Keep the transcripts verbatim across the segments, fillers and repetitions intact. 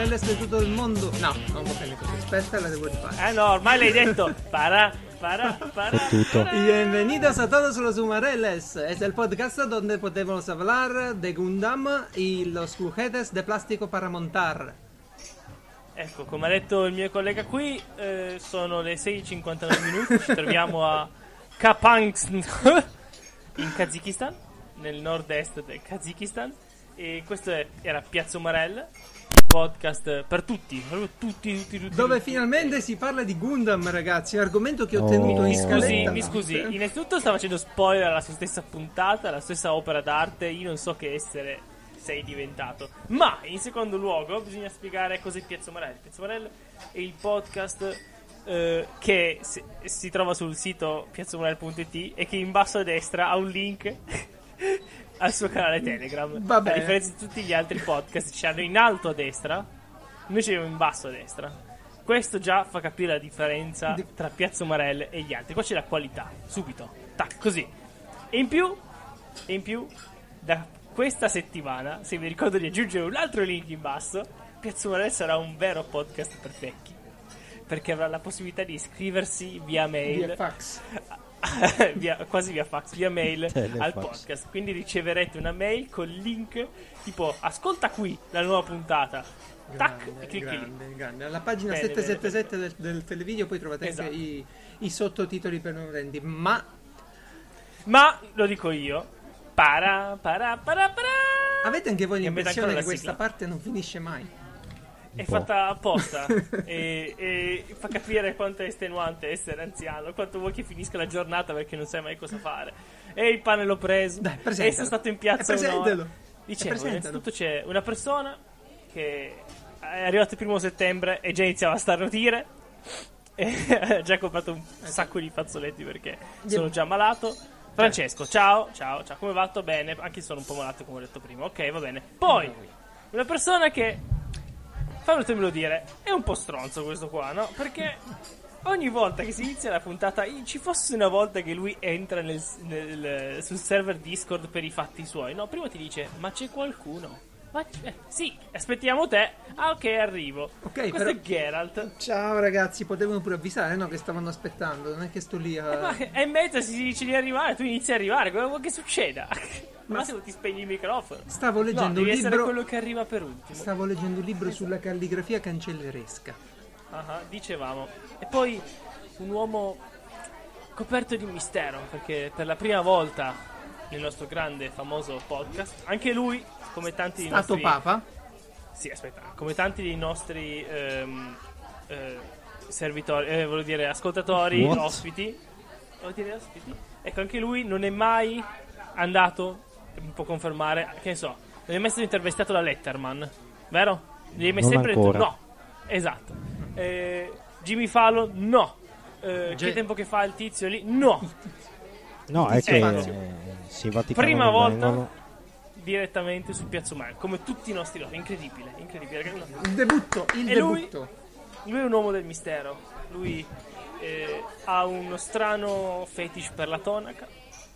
Morales di tutto il mondo. No, non va bene così. Aspetta, la devo rifare. Eh no, ormai l'hai detto. Para, para, para. Tutto. Bienvenidos a todos los Morales. Es el podcast donde podemos hablar de Gundam y los juguetes de plástico para montar. Ecco, come ha detto il mio collega qui, eh, sono le sei e cinquantanove minuti. Ci troviamo a Kapangst in Kazakistan, nel nord-est del Kazakistan. E questo è, era Piazza Umarell, podcast per tutti, proprio tutti, tutti, tutti. Dove tutti. finalmente si parla di Gundam, ragazzi. Argomento che ho Oh. tenuto Mi in scusi, scaletta. mi scusi, innanzitutto sta facendo spoiler alla sua stessa puntata, alla stessa opera d'arte. Io non so che essere sei diventato. Ma in secondo luogo bisogna spiegare cos'è Piazza Umarell. Piazza Umarell è il podcast eh, che si, si trova sul sito piazza umarell punto it e che in basso a destra ha un link al suo canale Telegram. Vabbè. A differenza di tutti gli altri podcast, ci hanno in alto a destra, noi ci abbiamo in basso a destra. Questo già fa capire la differenza Di- tra Piazza Umarell e gli altri. Qua c'è la qualità, subito, tac, così. E in più, e in più, da questa settimana, se vi ricordo di aggiungere un altro link in basso, Piazza Umarell sarà un vero podcast per vecchi, perché avrà la possibilità di iscriversi via mail, Via fax. via, quasi via fax, via mail Telefax. al podcast. Quindi riceverete una mail con link tipo ascolta qui la nuova puntata, tac, Grande, e clicchi lì. grande, grande. Alla pagina Bene, settecentosettantasette del, del televideo poi trovate Esatto. anche i, i sottotitoli per non rendi. Ma Ma lo dico io, para para para para, avete anche voi Che mette l'impressione ancora che la questa sigla. parte non finisce mai? è po'. fatta apposta e, e fa capire quanto è estenuante essere anziano, quanto vuoi che finisca la giornata perché non sai mai cosa fare. E il pane l'ho preso, Dai, e presentalo. sono stato in piazza Eh, un'ora. presentalo. Eh, Dicevo, presentalo. innanzitutto c'è una persona che è arrivato il primo settembre e già iniziava a starnutire e ha già comprato un sacco di fazzoletti perché sono già malato. Francesco, ciao, ciao, ciao, come va? Tutto bene? Anche io sono un po' malato come ho detto prima, ok, va bene. Poi, una persona che, fatemelo dire, è un po' stronzo questo qua, no? Perché ogni volta che si inizia la puntata, ci fosse una volta che lui entra nel, nel- sul server Discord per i fatti suoi, no? Prima ti dice, ma c'è qualcuno? Ma c- eh, sì, aspettiamo te. Ah, ok, arrivo. Ok, Questo però- è Geralt. Ciao ragazzi, potevano pure avvisare, no? Che stavano aspettando, non è che sto lì a... Ma è in mezzo, si dice di arrivare, tu inizi a arrivare, cosa vuoi che succeda? Ma se ti spegni il microfono. Stavo No, leggendo devi un essere libro... quello che arriva per ultimo. Stavo leggendo un libro sulla calligrafia cancelleresca. Ah, dicevamo. E poi un uomo coperto di mistero, perché per la prima volta nel nostro grande famoso podcast, anche lui, come tanti dei Stato nostri... papa? Sì, aspetta, come tanti dei nostri ehm, eh, servitori, eh, volevo dire ascoltatori, What? ospiti, volevo dire ospiti, ecco, anche lui non è mai andato, mi può confermare, che ne so, non è mai stato intervistato da Letterman, vero? Gli hai mai Non sempre ancora. detto no, esatto. Eh, Jimmy Fallon, no. Eh, Ge- che tempo che fa il tizio lì? No. No, è che Ecco. eh, sì, Vaticano Prima non volta vengono. direttamente su Piazza Umarell, come tutti i nostri loro, incredibile, incredibile, ragazzi. Il debutto, il E lui? debutto. Lui è un uomo del mistero. Lui eh, ha uno strano fetish per la tonaca.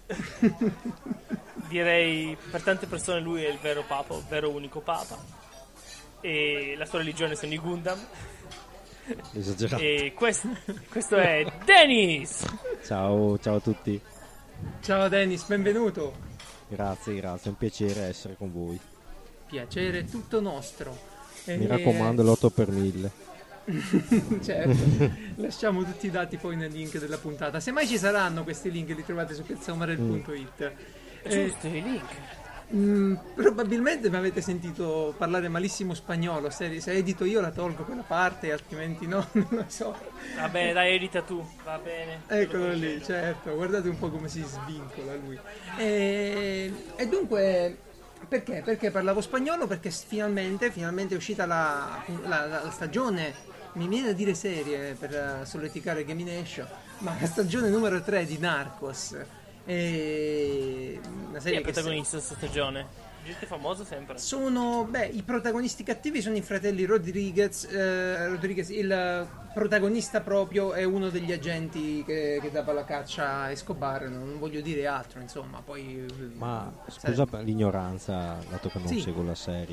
Direi per tante persone lui è il vero papa, il vero unico papa. E la sua religione sono i Gundam. Esagerato. E questo, questo è Dennis! Ciao, ciao a tutti. Ciao Dennis, benvenuto. Grazie, grazie, è un piacere essere con voi. Piacere tutto nostro. Mi E- raccomando, l'otto per mille. Certo, lasciamo tutti i dati poi nel link della puntata. Se mai ci saranno questi link li trovate su piazzaumarell punto it. Eh, Giusto, i link. mm, probabilmente mi avete sentito parlare malissimo spagnolo. Se, se edito io la tolgo quella parte, altrimenti no, non lo so. Va bene, dai, edita tu, va bene. Eccolo lì, certo, guardate un po' come si svincola lui. E, e dunque, perché? Perché parlavo spagnolo? Perché s- finalmente, finalmente è uscita la, la- la- la stagione, mi viene da dire serie per eh, solleticare Gamination, ma la stagione numero tre di Narcos. E una Chi è serie il che protagonista di questa stagione? Gente famosa sempre. sono, beh, i protagonisti cattivi sono i fratelli Rodriguez. eh, Rodriguez, il protagonista proprio è uno degli agenti che, che dava la caccia a Escobar, non voglio dire altro, insomma, poi... Ma sai- scusa per l'ignoranza, dato che non Sì. seguo la serie.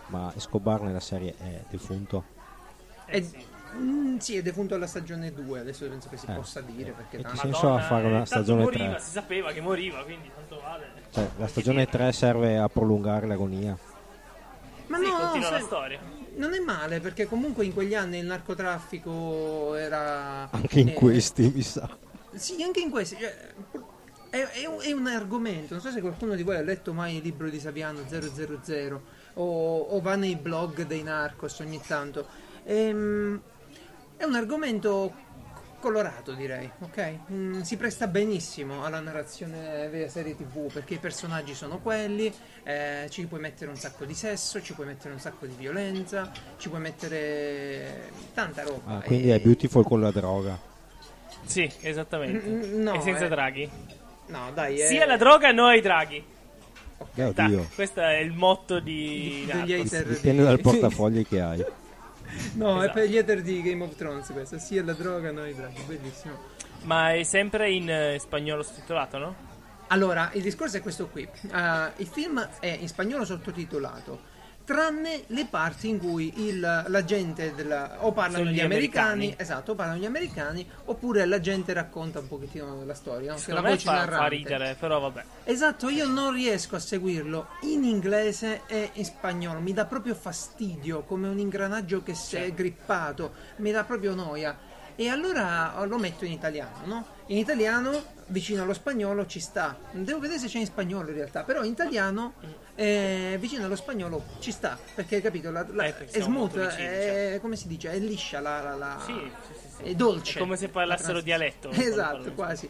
Ma Escobar nella serie è defunto? Eh, È- sì. Mm, sì, è defunto alla stagione due, adesso penso che si Eh. possa dire perché E tanto- che senso ha fare una eh, tanto stagione moriva, tre? si sapeva che moriva, quindi tanto vale. Cioè, la stagione tre serve a prolungare l'agonia. Ma Sì, no, continua sai, la storia. non è male perché comunque in quegli anni il narcotraffico era Anche in eh, questi, mi sa. Sì, anche in questi cioè, è, è un, è un argomento. Non so se qualcuno di voi ha letto mai il libro di Saviano zero zero zero o, o va nei blog dei narcos ogni tanto. Ehm, è un argomento colorato, direi, ok? Mm, si presta benissimo alla narrazione delle serie tivù perché i personaggi sono quelli, eh, ci puoi mettere un sacco di sesso, ci puoi mettere un sacco di violenza, ci puoi mettere tanta roba. Ah, quindi e- è Beautiful con la droga. Sì, esattamente. Mm, no, e senza eh. draghi. No, dai, è... Sia la droga, no ai draghi. Beh, Tac, oddio, questo è il motto di degli Narcos. hater dipende di- dal portafogli che hai. No, è Esatto. per gli hater di Game of Thrones questo, sia la droga, no i draghi, bellissimo. Ma è sempre in eh, spagnolo sottotitolato, no? Allora, il discorso è questo qui. Uh, il film è in spagnolo sottotitolato, tranne le parti in cui il, la gente della, o parlano Sono gli gli americani, americani. esatto, o parlano gli americani, oppure la gente racconta un pochettino la storia, no? Che Secondo la me voce fa, fa narrante. ridere, però vabbè. Esatto, io non riesco a seguirlo in inglese e in spagnolo, mi dà proprio fastidio, come un ingranaggio che si è grippato, mi dà proprio noia. E allora lo metto in italiano, no? In italiano, vicino allo spagnolo, ci sta. Devo vedere se c'è in spagnolo in realtà, però in italiano, eh, vicino allo spagnolo, ci sta. Perché, capito, la, la- Eh, perché è siamo smooth, molto vicini, è, come si dice, è liscia, la, la, la- Sì, sì, sì, sì. è dolce. È come se parlassero La trans- dialetto. quando Esatto, parlano. quasi.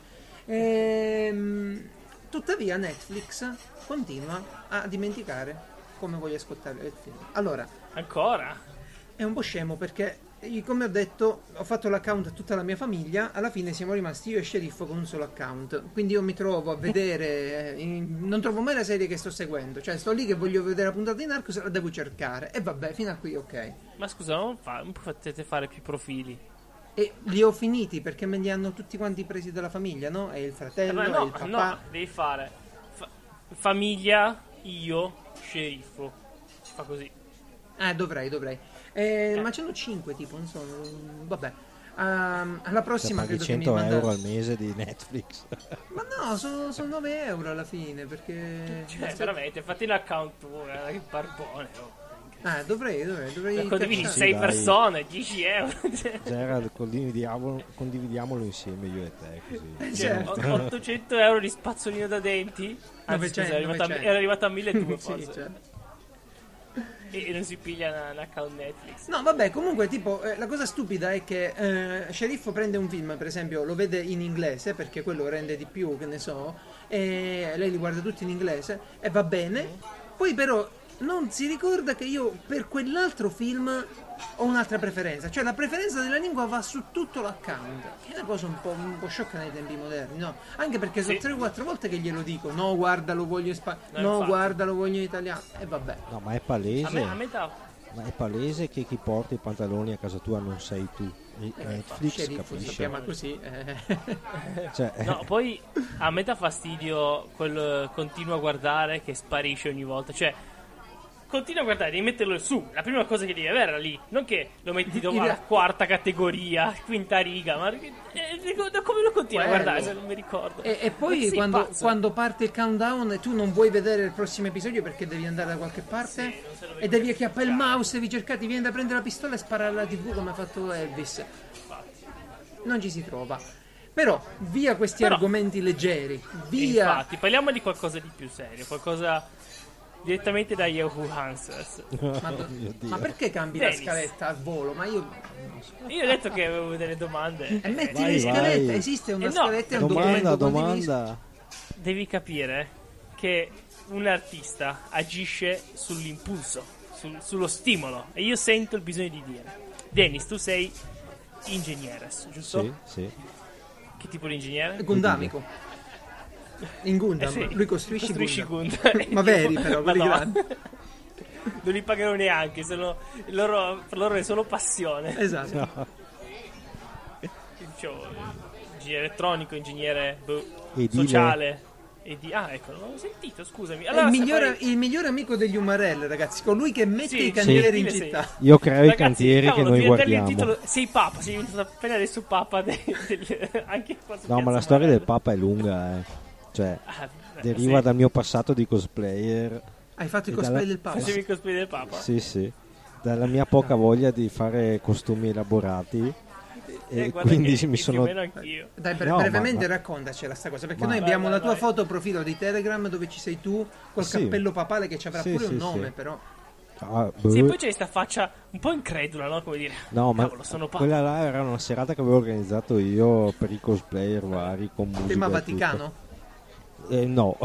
Ehm, tuttavia Netflix continua a dimenticare come voglio ascoltare il film. Allora, Ancora? è un po' scemo perché, io, come ho detto, ho fatto l'account a tutta la mia famiglia, alla fine siamo rimasti io e Sceriffo con un solo account, quindi io mi trovo a vedere, eh, in- non trovo mai la serie che sto seguendo, cioè sto lì che voglio vedere la puntata di Narcos, la devo cercare, e vabbè, fino a qui ok. Ma scusa, non, fa, non potete fare più profili? E li ho finiti perché me li hanno tutti quanti presi dalla famiglia, no? E il Eh, fratello, ma e no, il papà. no, devi fare fa- famiglia, io, sceriffo. Si fa così. Eh, dovrei, dovrei. Eh, Ma ce n'ho cinque, tipo, non so. Vabbè. Ehm, alla Cioè, prossima paghi credo che mi cento manda... euro al mese di Netflix. Ma no, sono, sono nove euro alla fine, perché... Cioè, veramente, fatti l'account tu, guarda che barbone. Oh. Ah, dovrei, dovrei, dovrei... Condividi cacciare. Sì, sei dai. persone, dieci euro. Gerard, condividiamolo, condividiamolo insieme io e te, così. Cioè, Certo. o- ottocento euro di spazzolino da denti. Anzi, novecento, scusa, era arrivato a, novecento. era arrivato a milleduecento Sì, forse. certo. E, e non si piglia una- un account Netflix. No, vabbè, comunque, tipo, eh, la cosa stupida è che eh, Sceriffo prende un film, per esempio, lo vede in inglese, perché quello rende di più, che ne so, e lei li guarda tutti in inglese, e va bene. Poi però non si ricorda che io per quell'altro film ho un'altra preferenza, cioè la preferenza della lingua va su tutto l'account, che è una cosa un po', un po' sciocca nei tempi moderni, no? Anche perché sono Sì. tre o quattro volte che glielo dico, no, guarda, lo voglio in spagnolo, No, no, infatti. guarda, lo voglio in italiano, e vabbè. No, ma è A, palese. me, a metà. Ma è palese che chi porta i pantaloni a casa tua non sei tu. E Netflix Sceriffo si capisce. chiama così, eh. Cioè, No, poi a me dà fastidio quel continua a guardare che sparisce ogni volta. Cioè, continua a guardare, devi metterlo su. La prima cosa che devi avere era lì. Non che lo metti dopo In alla rea- quarta categoria, quinta riga. Ma eh, da come lo continua a Quello. guardare se non mi ricordo? E, e Ma poi sei quando, pazzo? quando parte il countdown e tu non vuoi vedere il prossimo episodio perché devi andare da qualche parte Sì, non se lo vedi e devi più. acchiappare il mouse, devi cercare, ti viene da prendere la pistola e sparare alla tivù come ha fatto Elvis. Non ci si trova. Però, via questi Però- argomenti leggeri, E via... infatti, parliamo di qualcosa di più serio. Qualcosa direttamente da Yahoo Answers. Ma, oh mio Dio. ma perché cambi Dennis. la scaletta al volo? Ma io... Io ho detto che avevo delle domande. E metti Vai, le scalette, vai. esiste una Eh no, scaletta e un Domanda, documento condiviso. domanda. Devi capire che un artista agisce sull'impulso, sul- sullo stimolo, e io sento il bisogno di dire. Dennis, tu sei ingegnere, giusto? Sì, sì. Che tipo di ingegnere? Gundamico. In Gundam, Eh sì, lui costruisce costruisci Gundam. Gundam. Ma veri però, quelli Madonna. grandi. Non li pagano neanche, sono, loro, per loro è solo passione. Esatto. Dicevo, ingegnere elettronico, ingegnere boh, Edile. sociale, E di... Ah, ecco, non l'ho sentito, scusami. È Allora, il, se migliore, poi- il migliore amico degli Umarell, ragazzi, colui che mette Sì, i cantieri in sì. città. Io creo i Ragazzi, cantieri cavolo, che noi diventare il guardiamo. titolo- sei papa, sei diventato appena adesso papa de- del- anche qua su No, ma Piazza la storia del Marella. Papa è lunga, eh. Cioè, Ah, beh, deriva sì. dal mio passato di cosplayer. Hai fatto il E cosplay dalla- del Papa? Facevi il cosplay del papa? Sì, sì. Dalla mia poca voglia di fare costumi elaborati. Eh, E guarda quindi che mi più sono... o meno anch'io. Dai, bre- No, ma- brevemente ma- raccontacela sta cosa, perché Ma- noi abbiamo Vai, la vai, tua vai. foto profilo di Telegram dove ci sei tu col Sì. cappello papale che ci avrà Sì, pure sì, un nome, sì. però. Ah, Sì, boh. poi c'è sta faccia un po' incredula, no? Come dire, No, ma cavolo, sono papa. quella là era una serata che avevo organizzato io per i cosplayer vari con musica Tema e Vaticano? tutto. Eh, no.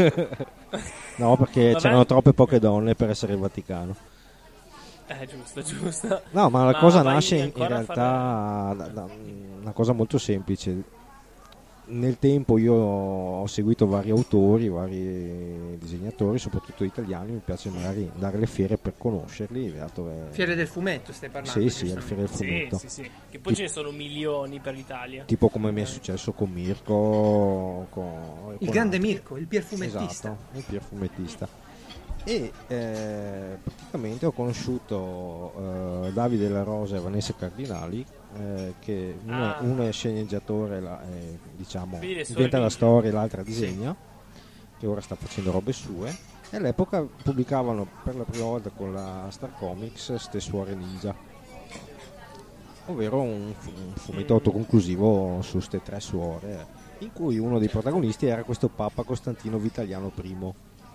No, perché Vabbè. c'erano troppe poche donne per essere il Vaticano. Eh, giusto, giusto. No, ma la Ma cosa vai nasce in ancora a realtà da, da una cosa molto semplice. Nel tempo io ho seguito vari autori, vari disegnatori, soprattutto italiani, mi piace magari andare alle fiere per conoscerli. dato che- Fiere del fumetto stai parlando? Sì, sì, alle giustamente. fiere del Sì, fumetto. sì, sì. Che poi ce ne sono milioni per l'Italia. Tipo come mi è successo con Mirko. Con, Il con grande altri. Mirko, il pierfumettista. Esatto, il pierfumettista. E eh, praticamente ho conosciuto eh, Davide La Rosa e Vanessa Cardinali, eh, che uno, Ah. uno è sceneggiatore, la, eh, diciamo, Quindi le sue inventa la origini. storia e l'altra disegna, che ora sta facendo robe sue. E all'epoca pubblicavano per la prima volta con la Star Comics Ste Suore Ninja, ovvero un, fu- un fumetto autoconclusivo su ste tre suore, in cui uno dei protagonisti era questo Papa Costantino Vitaliano I.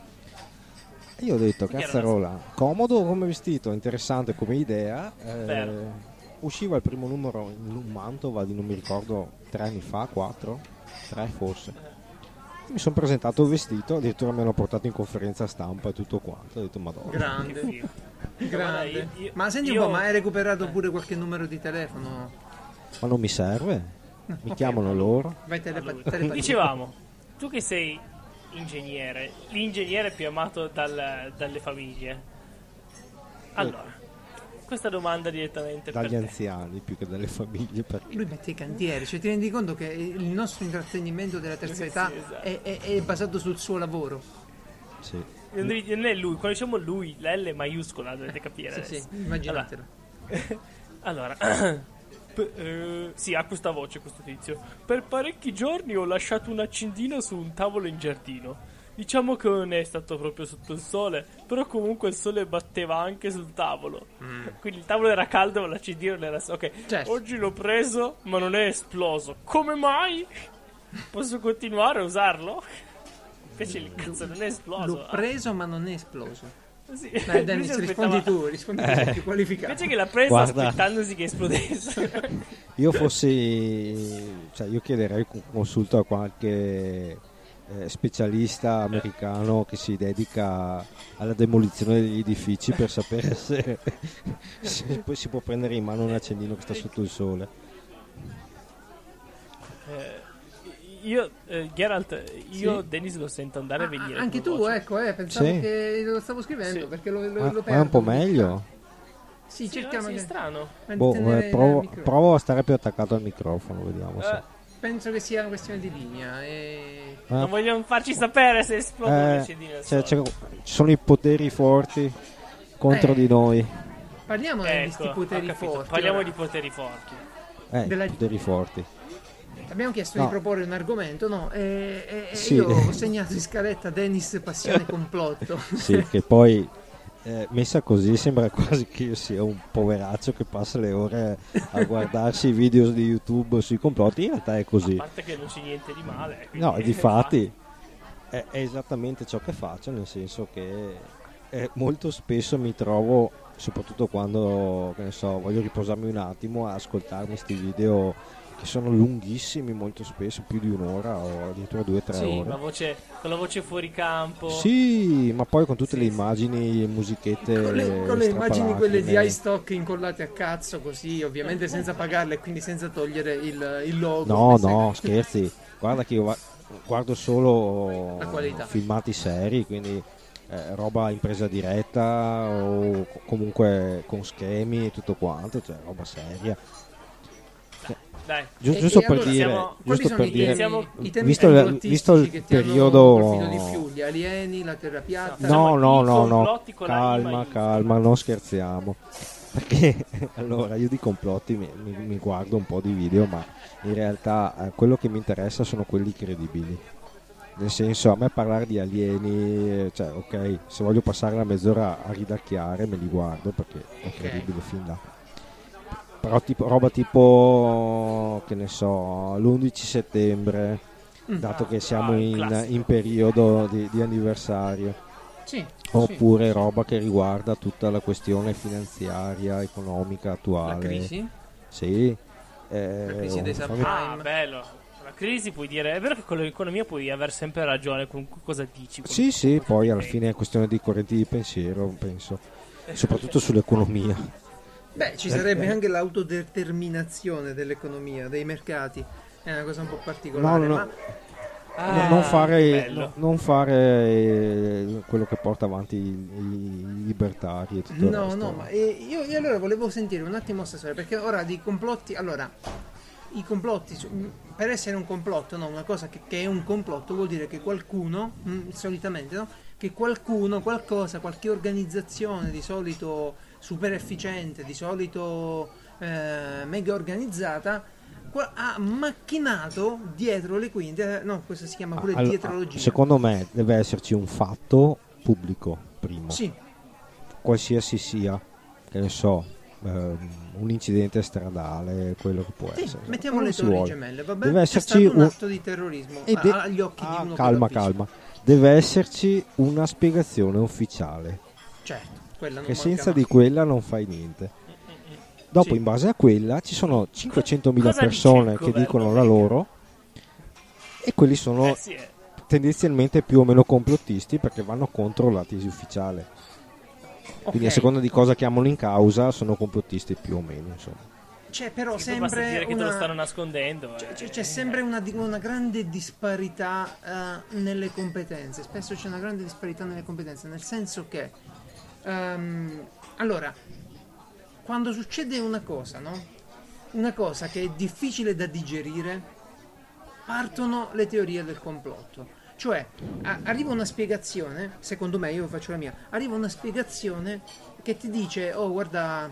E io ho detto, Quindi era cazzarola, comodo come vestito, interessante come idea. Vero. eh, usciva il primo numero in un Mantova di non mi ricordo tre anni fa, quattro, tre forse. Mi sono presentato vestito, addirittura mi hanno portato in conferenza stampa e tutto quanto. Ho detto, madonna. Che Grande, figo. grande. Guarda, io- Ma senti io- un po', ma hai recuperato pure qualche numero di telefono? Ma non mi serve? Mi Ok, chiamano allora. loro. Vai Allora, telepa- telepatia. Dicevamo, tu che sei ingegnere, l'ingegnere più amato dal- dalle famiglie. Allora, questa domanda direttamente Dagli per te. anziani più che dalle famiglie. Perché... Lui mette i cantieri, cioè ti rendi conto che il nostro intrattenimento della terza Sì, età esatto. è, è- è basato sul suo lavoro. Sì. Non devi- non è lui, quando diciamo lui, la L è maiuscola, dovete capire. Sì, adesso. sì, immaginatelo. Allora, p- eh, sì, ha questa voce questo tizio. Per parecchi giorni ho lasciato un accendino su un tavolo in giardino. Diciamo che non è stato proprio sotto il sole, però comunque il sole batteva anche sul tavolo. Quindi il tavolo era caldo, ma l'accendino non era... Ok, Certo. oggi l'ho preso, ma non è esploso. Come mai? Posso continuare a usarlo? Invece il cazzo non è esploso. L'ho preso ma non è esploso. Ah, sì. Dai Lui Dennis, si rispondi aspettava- tu, rispondi tu, sei più qualificato. Invece che l'ha preso Guarda. aspettandosi che esplodesse. Io fossi, cioè io chiederei un consulto a qualche eh, specialista americano che si dedica alla demolizione degli edifici per sapere se, se poi si può prendere in mano un accendino che sta sotto il sole. Eh, io, eh, Geralt, io Sì? Dennis lo sento andare e Ah, venire. anche come tu, voce. ecco, eh, pensavo Sì. che lo stavo scrivendo Sì. perché lo, lo, Ma, lo ma è un po' perdo. meglio. Sì, Sì, cerchiamo no, sì, che... è strano. ma Boh, tenere eh, il provo, micro- provo a stare più attaccato al microfono, vediamo se. Eh, Penso che sia una questione di linea. E... Ah. Non vogliamo farci sapere se esplode un Eh, accendino al cioè, sole. c'è- ci sono i poteri forti contro Eh. di noi. Parliamo di Ecco, questi ho poteri capito. forti. Parliamo ora. di poteri forti. Eh, Della- poteri forti. Abbiamo chiesto No. di proporre un argomento, no? E, e- e Sì. io ho segnato in scaletta Dennis passione complotto. Sì, che poi eh, messa così sembra quasi che io sia un poveraccio che passa le ore a guardarsi i video di YouTube sui complotti. In realtà è A così. parte che non c'è niente di male. quindi- No, e difatti è, è esattamente ciò che faccio, nel senso che eh, molto spesso mi trovo, soprattutto quando, che ne so, voglio riposarmi un attimo, a ascoltarmi questi video che sono lunghissimi, molto spesso, più di un'ora o addirittura due o tre Sì, ore. la voce, con la voce fuori campo. Sì, ma poi con tutte Sì, le sì. immagini e musichette Con le, con le immagini quelle di strapalacrime. iStock incollate a cazzo così, ovviamente senza pagarle e quindi senza togliere il, il logo. No, Queste- no, scherzi. Guarda che io va- guardo solo La qualità. filmati seri, quindi eh, roba in presa diretta o co- comunque con schemi e tutto quanto, cioè roba seria. Cioè, Dai. Giu- E- giusto e per allora dire, siamo- quali giusto sono per i dire, temi, Siamo- i temi visto il- complottistici visto il che ti hanno periodo- colpito di più? Gli alieni, la terra piatta? Siamo no, no, i no, no, complotti con l'anima calma, in- calma, non scherziamo. Perché allora io di complotti mi, mi- mi guardo un po' di video, ma in realtà eh, quello che mi interessa sono quelli credibili. Nel senso, a me parlare di alieni, eh, cioè, ok, se voglio passare la mezz'ora a ridacchiare me li guardo perché è Ok. credibile fin là. Però tipo, roba tipo, che ne so, l'undici settembre, Mm. dato che Ah, siamo un in, classico. in periodo di, di anniversario. Sì, Oppure sì. roba che riguarda tutta la questione finanziaria, economica attuale. La crisi? Sì. Eh, La crisi dei fammi- subprime. Ah, bello. La crisi puoi dire, è vero che con l'economia puoi avere sempre ragione con cosa dici. con- Sì, sì, cosa poi ti alla credi. fine è questione di correnti di pensiero, penso. Soprattutto sull'economia. Beh, ci sarebbe anche l'autodeterminazione dell'economia, dei mercati. È una cosa un po' particolare. No, no, no. ma No, Ah, non fare, bello. no- non fare eh, quello che porta avanti i, i libertari e tutto il No, resto. no, ma eh, io, io allora volevo sentire un attimo questa storia, perché ora di complotti, allora, i complotti, su- mh, per essere un complotto, no, una cosa che, che è un complotto vuol dire che qualcuno, mh, solitamente, no, che qualcuno, qualcosa, qualche organizzazione, di solito super efficiente, di solito eh, mega organizzata, qua- ha macchinato dietro le quinte, eh, no, questo si chiama pure Allo- dietrologia. secondo me deve esserci un fatto pubblico primo. Sì, Qualsiasi sia, che ne so, ehm, un incidente stradale, quello che può sì, essere. mettiamo Quello le si torri vuole. gemelle, vabbè, Deve è esserci stato un un- atto di terrorismo E a- de- agli occhi ah, di uno calma, che lo calma. Deve esserci una spiegazione ufficiale, certo, quella non che manca senza mai. di quella non fai niente. Dopo, Sì. in base a quella, ci sono cinquecentomila cosa dice persone il che governo dicono la americano? loro, e quelli sono Eh sì, eh. tendenzialmente più o meno complottisti perché vanno contro la tesi ufficiale. Quindi Ok. a seconda di cosa chiamano in causa sono complottisti più o meno, insomma. C'è però Sì, poi basta sempre dire che te lo una... stanno nascondendo. C'è, eh. c'è- c'è sempre una, di- una grande disparità eh, nelle competenze. Spesso c'è una grande disparità nelle competenze, nel senso che ehm, allora, quando succede una cosa, no? Una cosa che è difficile da digerire, partono le teorie del complotto. Cioè, a- arriva una spiegazione, secondo me, io faccio la mia, arriva una spiegazione che ti dice, oh guarda,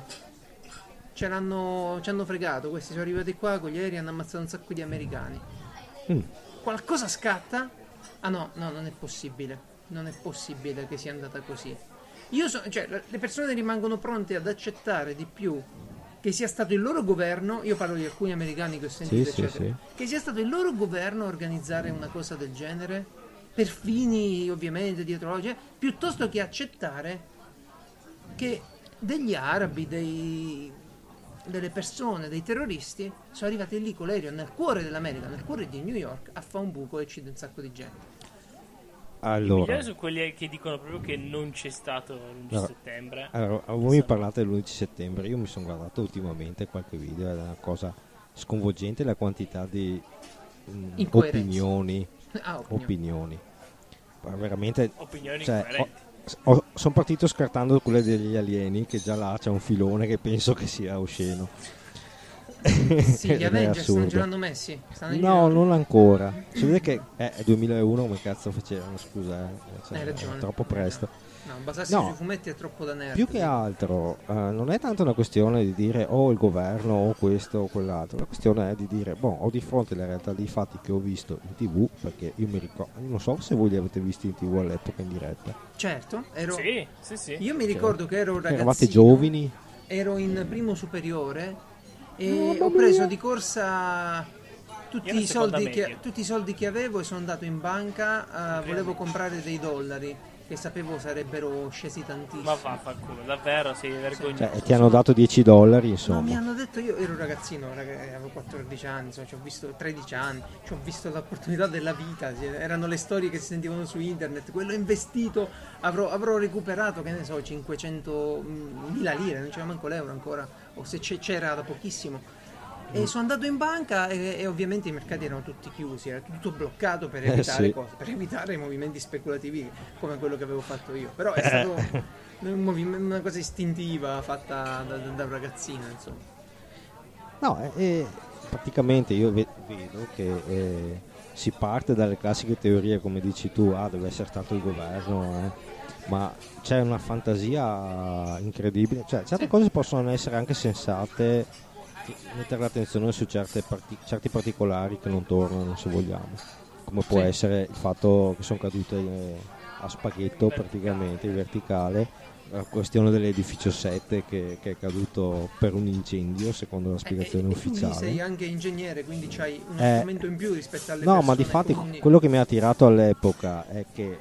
ce l'hanno, ci hanno fregato, questi sono arrivati qua con gli aerei, hanno ammazzato un sacco di americani. Mm. Qualcosa scatta? Ah no, no, non è possibile, non è possibile che sia andata così. Io so, cioè, la- le persone rimangono pronte ad accettare di più che sia stato il loro governo, io parlo di alcuni americani che ho sentito, Sì, sì, eccetera, sì. che sia stato il loro governo a organizzare una cosa del genere, per fini ovviamente dietrologici, piuttosto che accettare che degli arabi, dei, delle persone, dei terroristi, sono arrivati lì con l'aereo nel cuore dell'America, nel cuore di New York, a fare un buco e uccide un sacco di gente. Allora, Migliore su quelli che dicono proprio che non c'è stato l'undici No. settembre. allora, voi mi parlate dell'undici settembre, io mi sono guardato ultimamente qualche video, è una cosa sconvolgente la quantità di mm, Incoerenze. opinioni, Ah, opinione. opinioni. Ma veramente, Opinioni cioè, incoerenti. sono partito scartando quelle degli alieni, che già là c'è un filone che penso che sia osceno. Sì, gli Ed è Avengers stanno assurdo. girando Messi. Stanno in No, giro- non ancora. Si vede che è è duemilauno, come cazzo facevano, scusa, eh. Cioè, Hai ragione. è troppo presto. No, basarsi No. sui fumetti è troppo da nerd. Più che altro, eh, non è tanto una questione di dire oh il governo o questo o quell'altro, la questione è di dire, boh, ho di fronte la realtà dei fatti che ho visto in tv, perché io mi ricordo, non so se voi li avete visti in tv all'epoca in diretta, Certo, ero... Sì, sì, sì. io mi ricordo che ero un ragazzino. eravate giovani, Ero in primo superiore e Mamma ho preso mia. di corsa tutti Io ero i, seconda soldi che, media. tutti i soldi che avevo e sono andato in banca, eh, Prima volevo media. comprare dei dollari che sapevo sarebbero scesi tantissimo. Ma vaffanculo, davvero, sei vergognoso. cioè, e ti hanno dato dieci dollari, No, insomma. mi hanno detto, io ero ragazzino, raga- avevo quattordici anni, insomma, ci ho visto tredici anni, ci ho visto l'opportunità della vita, sì, erano le storie che si sentivano su internet, quello investito, avrò, avrò recuperato, che ne so, cinquecentomila lire, non c'era manco l'euro ancora, o se c'è- c'era da pochissimo. E sono andato in banca e, e ovviamente i mercati erano tutti chiusi, era tutto bloccato per Eh, evitare sì. cose, per evitare i movimenti speculativi come quello che avevo fatto io. Però è stato un movim- una cosa istintiva fatta da, da- da un ragazzino, insomma. No, e, praticamente io ve- vedo che eh, si parte dalle classiche teorie, come dici tu, ah, deve essere stato il governo, eh, ma c'è una fantasia incredibile, cioè certe Sì. cose possono essere anche sensate, mettere l'attenzione su certe parti- certi particolari che non tornano, se vogliamo, come può Sì. essere il fatto che sono cadute eh, a spaghetto praticamente in verticale, la questione dell'edificio sette che, che è caduto per un incendio secondo la spiegazione E, e tu lì ufficiale. sei anche ingegnere, quindi c'hai un Eh, strumento in più rispetto alle no, persone ma di fatti comuni. quello che mi ha attirato all'epoca è che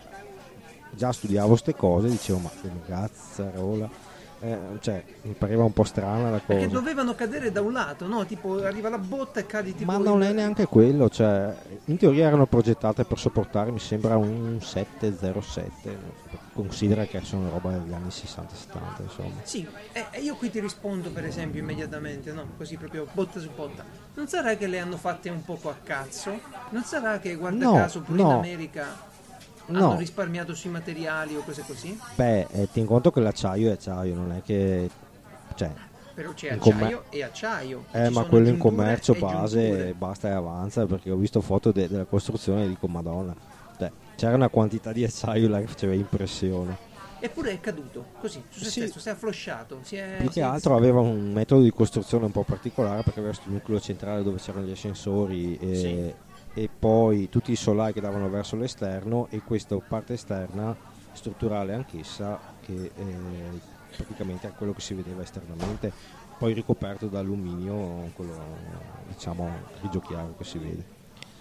già studiavo ste cose, dicevo ma che cazzarola, eh, cioè mi pareva un po' strana la Perché cosa. dovevano cadere da un lato, no? Tipo arriva la botta e cadi tipo Ma non in- è neanche quello, cioè in teoria erano progettate per sopportare, mi sembra un sette zero sette, considera che sono roba degli anni sessanta settanta, insomma. Sì, e e io qui ti rispondo per esempio immediatamente, no? Così proprio botta su botta. Non sarà che le hanno fatte un poco a cazzo? Non sarà che guarda No, caso pure in no. America No. hanno risparmiato sui materiali o cose così? Beh, eh, tieni conto che l'acciaio è acciaio, non è che, cioè, Però c'è In commer- acciaio e acciaio. Eh, Ci ma sono quello in giunture commercio e base giunture. basta e avanza, perché ho visto foto de- della costruzione e dico madonna, cioè, c'era una quantità di acciaio là che faceva impressione. Eppure è caduto, così, su se Sì. stesso, si è afflosciato. Si è, Più si che è- altro aveva un metodo di costruzione un po' particolare, perché aveva questo nucleo centrale dove c'erano gli ascensori e, Sì. e poi tutti i solai che davano verso l'esterno, e questa parte esterna strutturale anch'essa che eh, praticamente è quello che si vedeva esternamente, poi ricoperto da alluminio, quello diciamo grigio chiaro che si vede.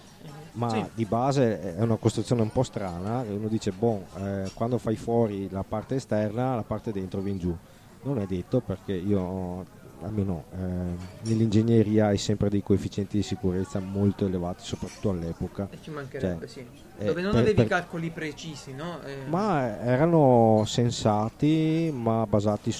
Ma Sì. di base è una costruzione un po' strana, e uno dice boh, eh, quando fai fuori la parte esterna, la parte dentro viene giù. Non è detto, perché io almeno eh, nell'ingegneria hai sempre dei coefficienti di sicurezza molto elevati, soprattutto all'epoca. E ci mancherebbe, Cioè, sì. eh, Dove non per- avevi per- calcoli precisi, no? Eh, Ma erano sensati, ma basati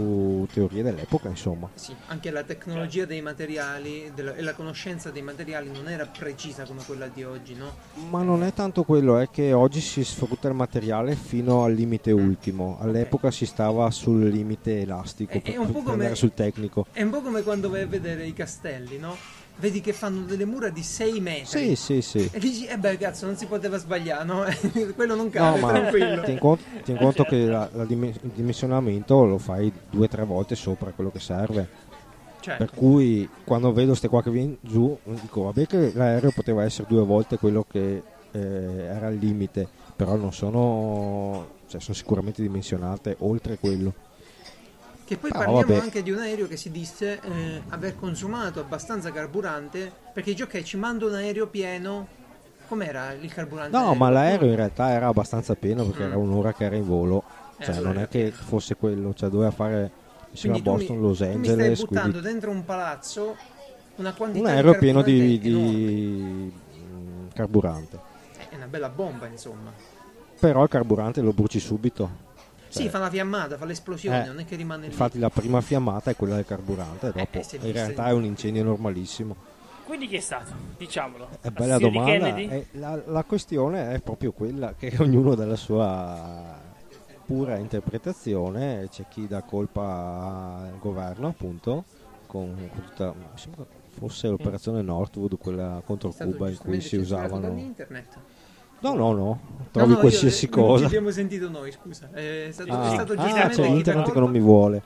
su teorie dell'epoca, insomma. Sì, anche la tecnologia dei materiali della- e la conoscenza dei materiali non era precisa come quella di oggi, no? Ma non è tanto quello, è che oggi si sfrutta il materiale fino al limite ultimo. All'epoca si stava sul limite elastico, È- per, è un po' per come- andare sul tecnico. È un po' come quando vai a vedere i castelli, no? Vedi che fanno delle mura di sei metri. Sì, sì, sì. E dici, eh beh, cazzo, non si poteva sbagliare, no? Quello non No, cade, ma tranquillo. tieni conto, tieni conto che la- la dim- il dimensionamento lo fai due o tre volte sopra quello che serve. Certo. Per cui quando vedo ste qua che viene giù, dico vabbè che l'aereo poteva essere due volte quello che eh, era il limite, però non sono, cioè, sono sicuramente dimensionate oltre quello. Che poi Però parliamo vabbè. anche di un aereo che si disse eh, aver consumato abbastanza carburante, perché dice ok, ci mando un aereo pieno. Com'era il carburante? No, aereo? ma l'aereo in realtà era abbastanza pieno, perché Mm. era un'ora che era in volo, Eh, cioè allora non era è che pieno. fosse quello, cioè doveva fare insieme a Quindi tu mi- Boston, Los tu mi Angeles, stai buttando quindi dentro un palazzo una quantità un aereo di pieno di, carburante enorme. di mm, carburante. È una bella bomba, insomma. Però il carburante lo bruci subito. Sì, Cioè, fa la fiammata, fa l'esplosione, eh, non è che rimane lì. Infatti la prima fiammata è quella del carburante, dopo eh, si è in vista. realtà è un incendio normalissimo. Quindi chi è stato? Diciamolo. È bella Assio di domanda. Kennedy? E la, la questione è proprio quella che ognuno dà la sua pura interpretazione. C'è chi dà colpa al governo, appunto, con, con tutta, mi sembra fosse l'operazione Northwood, quella contro È stato Cuba, in cui giustamente si censurato usavano. dall'internet. No, no, no, No, trovi no, qualsiasi io, non cosa. ci abbiamo sentito noi, scusa. È stato, Ah, è stato ah, giustamente c'è chi dà internet che colpa. non mi vuole.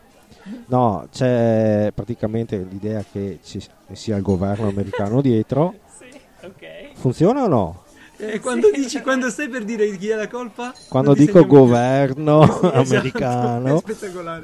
No, c'è praticamente l'idea che ci sia il governo americano dietro. Sì, ok. Funziona o no? Eh, quando, Sì, dici, quando stai per dire chi è la colpa? Quando non ti dico sentiamo più. governo Esatto, è americano spettacolare.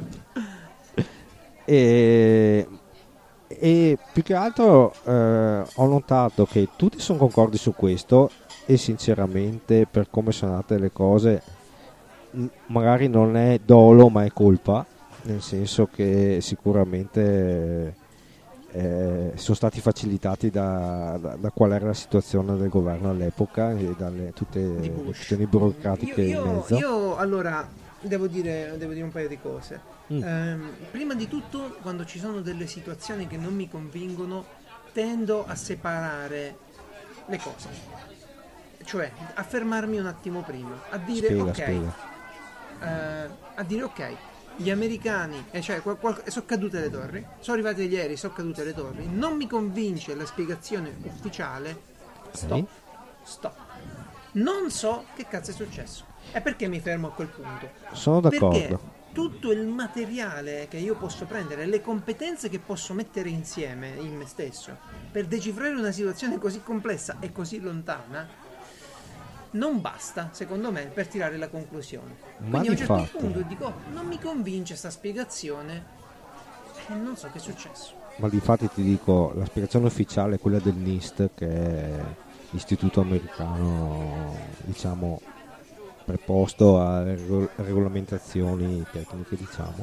e, e più che altro eh, ho notato che tutti sono concordi su questo, e sinceramente per come sono andate le cose m- magari non è dolo ma è colpa, nel senso che sicuramente eh, sono stati facilitati da, da, da qual era la situazione del governo all'epoca e dalle tutte Di le Bush. questioni burocratiche Io, in io, mezzo. io, allora devo dire, devo dire un paio di cose. Mm. Ehm, prima di tutto, quando ci sono delle situazioni che non mi convincono, tendo a separare le cose, cioè a fermarmi un attimo prima, a dire Spiega, ok, spiega. eh, a dire ok, gli americani, eh, cioè qual- qual- sono cadute le torri, sono arrivati gli aerei, sono cadute le torri, non mi convince la spiegazione ufficiale, stop, stop. Non so che cazzo è successo. E perché mi fermo a quel punto? Sono d'accordo. Perché tutto il materiale che io posso prendere, le competenze che posso mettere insieme in me stesso per decifrare una situazione così complessa e così lontana non basta, secondo me, per tirare la conclusione. Ma Quindi a un certo difatti- punto dico, non mi convince sta spiegazione e non so che è successo. Ma difatti ti dico, la spiegazione ufficiale è quella del NIST, che è l'istituto americano, diciamo, preposto a regol- regolamentazioni tecniche, diciamo.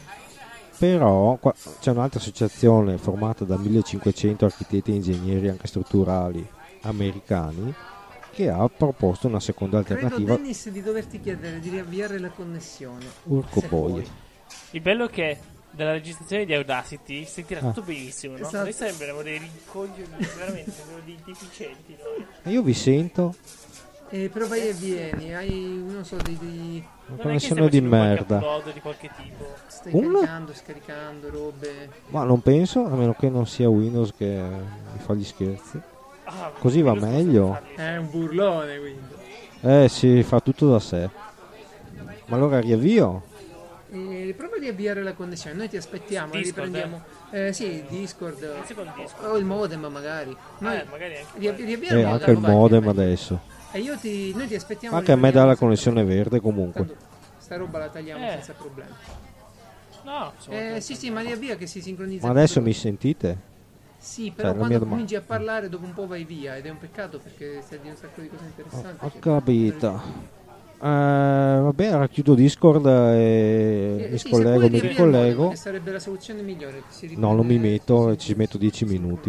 Però qua- c'è un'altra associazione formata da millecinquecento architetti e ingegneri anche strutturali americani che ha proposto una seconda Credo, alternativa. Dennis, di doverti chiedere di riavviare la connessione. Urco se poi. puoi. Il bello è che dalla registrazione di Audacity si tira Ah. tutto benissimo, no? Esatto. Noi sembriamo dei ricoglioni, veramente sembriamo dei deficienti noi. E io vi sento Eh, però vai e vieni, hai, non so, dei, dei- una Non è che connessione stiamo di facendo qualche merda. upload di qualche tipo. stai Una? caricando, scaricando robe. Ma non penso, a meno che non sia Windows che mi fa gli scherzi. Ah, Così va Windows meglio. possono farli. È un burlone, quindi. Eh sì, fa tutto da sé. Ma allora riavvio? Eh, prova di avviare la connessione, noi ti aspettiamo, Discord, riprendiamo. Eh, sì, Discord. Inizia con Discord. O il modem magari. Noi Eh, magari anche riav- quello. riavvia Eh, il anche modem, il vai, modem vai. adesso. E io ti, noi ti aspettiamo. Anche a me dà riprendiamo la senza connessione problemi. verde comunque. Tanto sta roba la tagliamo Eh. senza problemi. No, sono Eh, sì, sì, ma riavvia che si sincronizza. Ma adesso tutto. mi sentite? Sì, Cioè, però la quando mia domanda- cominci a parlare dopo un po' vai via ed è un peccato perché stai di un sacco di cose interessanti. Ho che- capito. Eh, va bene, allora chiudo Discord e Eh, mi sì, se scollego, puoi mi riavvia il modem, ricollego. che sarebbe la soluzione migliore. che si No, non mi riprende- metto, si- ci metto dieci si- minuti.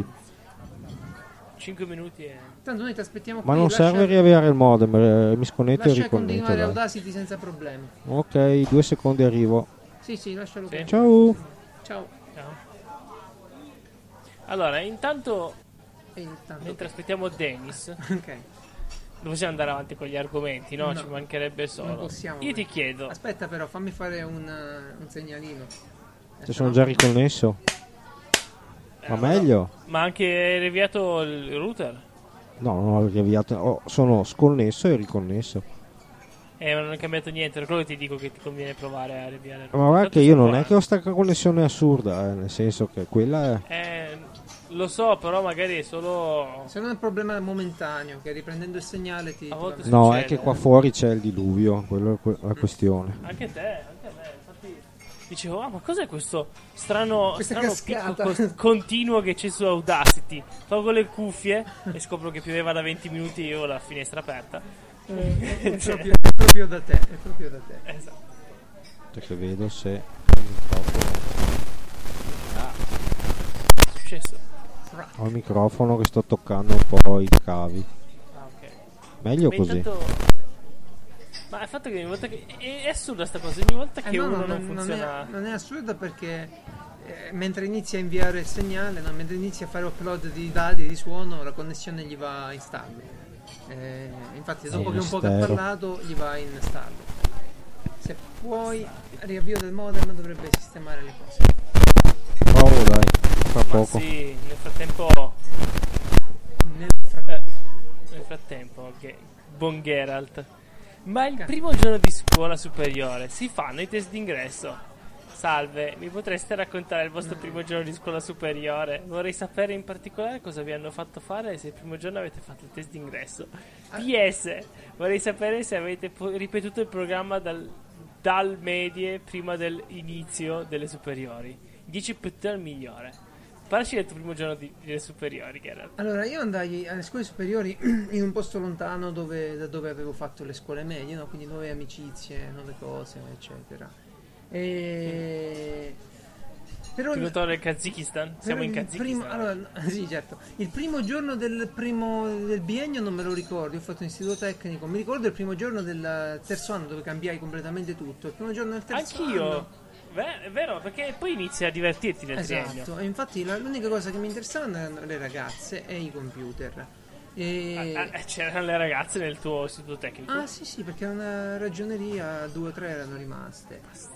cinque minuti e... Tanto noi ti aspettiamo Ma qui, non lascia- serve riavviare il modem, eh, mi sconnetto e Lascia riconnetto. continuare dai. Audacity senza problemi. Ok, due secondi arrivo. Sì, sì, lascialo Sì. qui. Ciao. Ciao. Ciao. Allora, intanto, E intanto- mentre aspettiamo Dennis, Ok. non possiamo andare avanti con gli argomenti, no? No, Ci mancherebbe solo. non possiamo. Io ti chiedo, Aspetta però, fammi fare un, uh, un segnalino. Eh, Ci se sono no- già riconnesso. eh, Ma no, meglio? ma anche hai riavviato il router? No, non ho riavviato. oh, sono sconnesso e riconnesso. Eh, ma non è cambiato niente, per quello che ti dico che ti conviene provare a riavviare il router. Ma guarda Tanto che io sono non qua. è che ho sta connessione assurda, eh, nel senso che quella è... Eh, lo so, però magari è solo... Se non è un problema momentaneo, che riprendendo il segnale ti... A ti volte va- No, succede. è che qua fuori c'è il diluvio, quello è que- la questione. Anche te, anche a me, infatti dicevo, ah ma cos'è questo strano, Questa strano cascata. picco cos- continuo che c'è su Audacity? Tolgo le cuffie e scopro che pioveva da venti minuti e io ho la finestra aperta. Eh, è, proprio, è proprio da te, è proprio da te. Esatto. Cioè che vedo se il microfono- Ah, è successo? ho il microfono che sto toccando un po' i cavi. Ah, ok. Meglio Ma così. intanto... Ma il fatto che ogni volta che... È, è assurda sta cosa, ogni volta Eh, che no, uno no, non, non, funziona... è, non è assurdo perché eh, mentre inizia a inviare il segnale, no, mentre inizia a fare upload di dati, di suono, la connessione gli va in stallo. Eh, infatti dopo Sì, che un po' che ha mistero. parlato gli va in stallo. Se puoi, riavvio del modem dovrebbe sistemare le cose. Provo dai, fra Ma poco. sì, nel frattempo... Nel frattempo. Eh, nel frattempo, ok. Buon Geralt. Ma il primo giorno di scuola superiore si fanno i test d'ingresso. Salve, mi potreste raccontare il vostro primo giorno di scuola superiore? Vorrei sapere in particolare cosa vi hanno fatto fare e se il primo giorno avete fatto il test d'ingresso. P S. Vorrei sapere se avete po- ripetuto il programma dal, dal medie prima dell'inizio delle superiori. dieci punti al migliore. Parlaci del tuo primo giorno di, delle superiori, Geralt. Allora, io andai alle scuole superiori in un posto lontano dove, da dove avevo fatto le scuole medie, no? Quindi nuove amicizie, nuove cose, eccetera. E... Però Il notare del Kazakistan? Siamo in il Kazakistan. primo- allora, no, sì, certo. Il primo giorno del primo del biennio non me lo ricordo, io ho fatto un istituto tecnico. Mi ricordo il primo giorno del terzo anno dove cambiai completamente tutto. Il primo giorno del terzo Anch'io. anno. Beh, è vero, perché poi inizi a divertirti nel triennio. Esatto, e infatti la- l'unica cosa che mi interessavano erano le ragazze e i computer. E... Ah, ah, c'erano le ragazze nel tuo istituto tecnico? Ah sì sì, perché era una ragioneria, due o tre erano rimaste.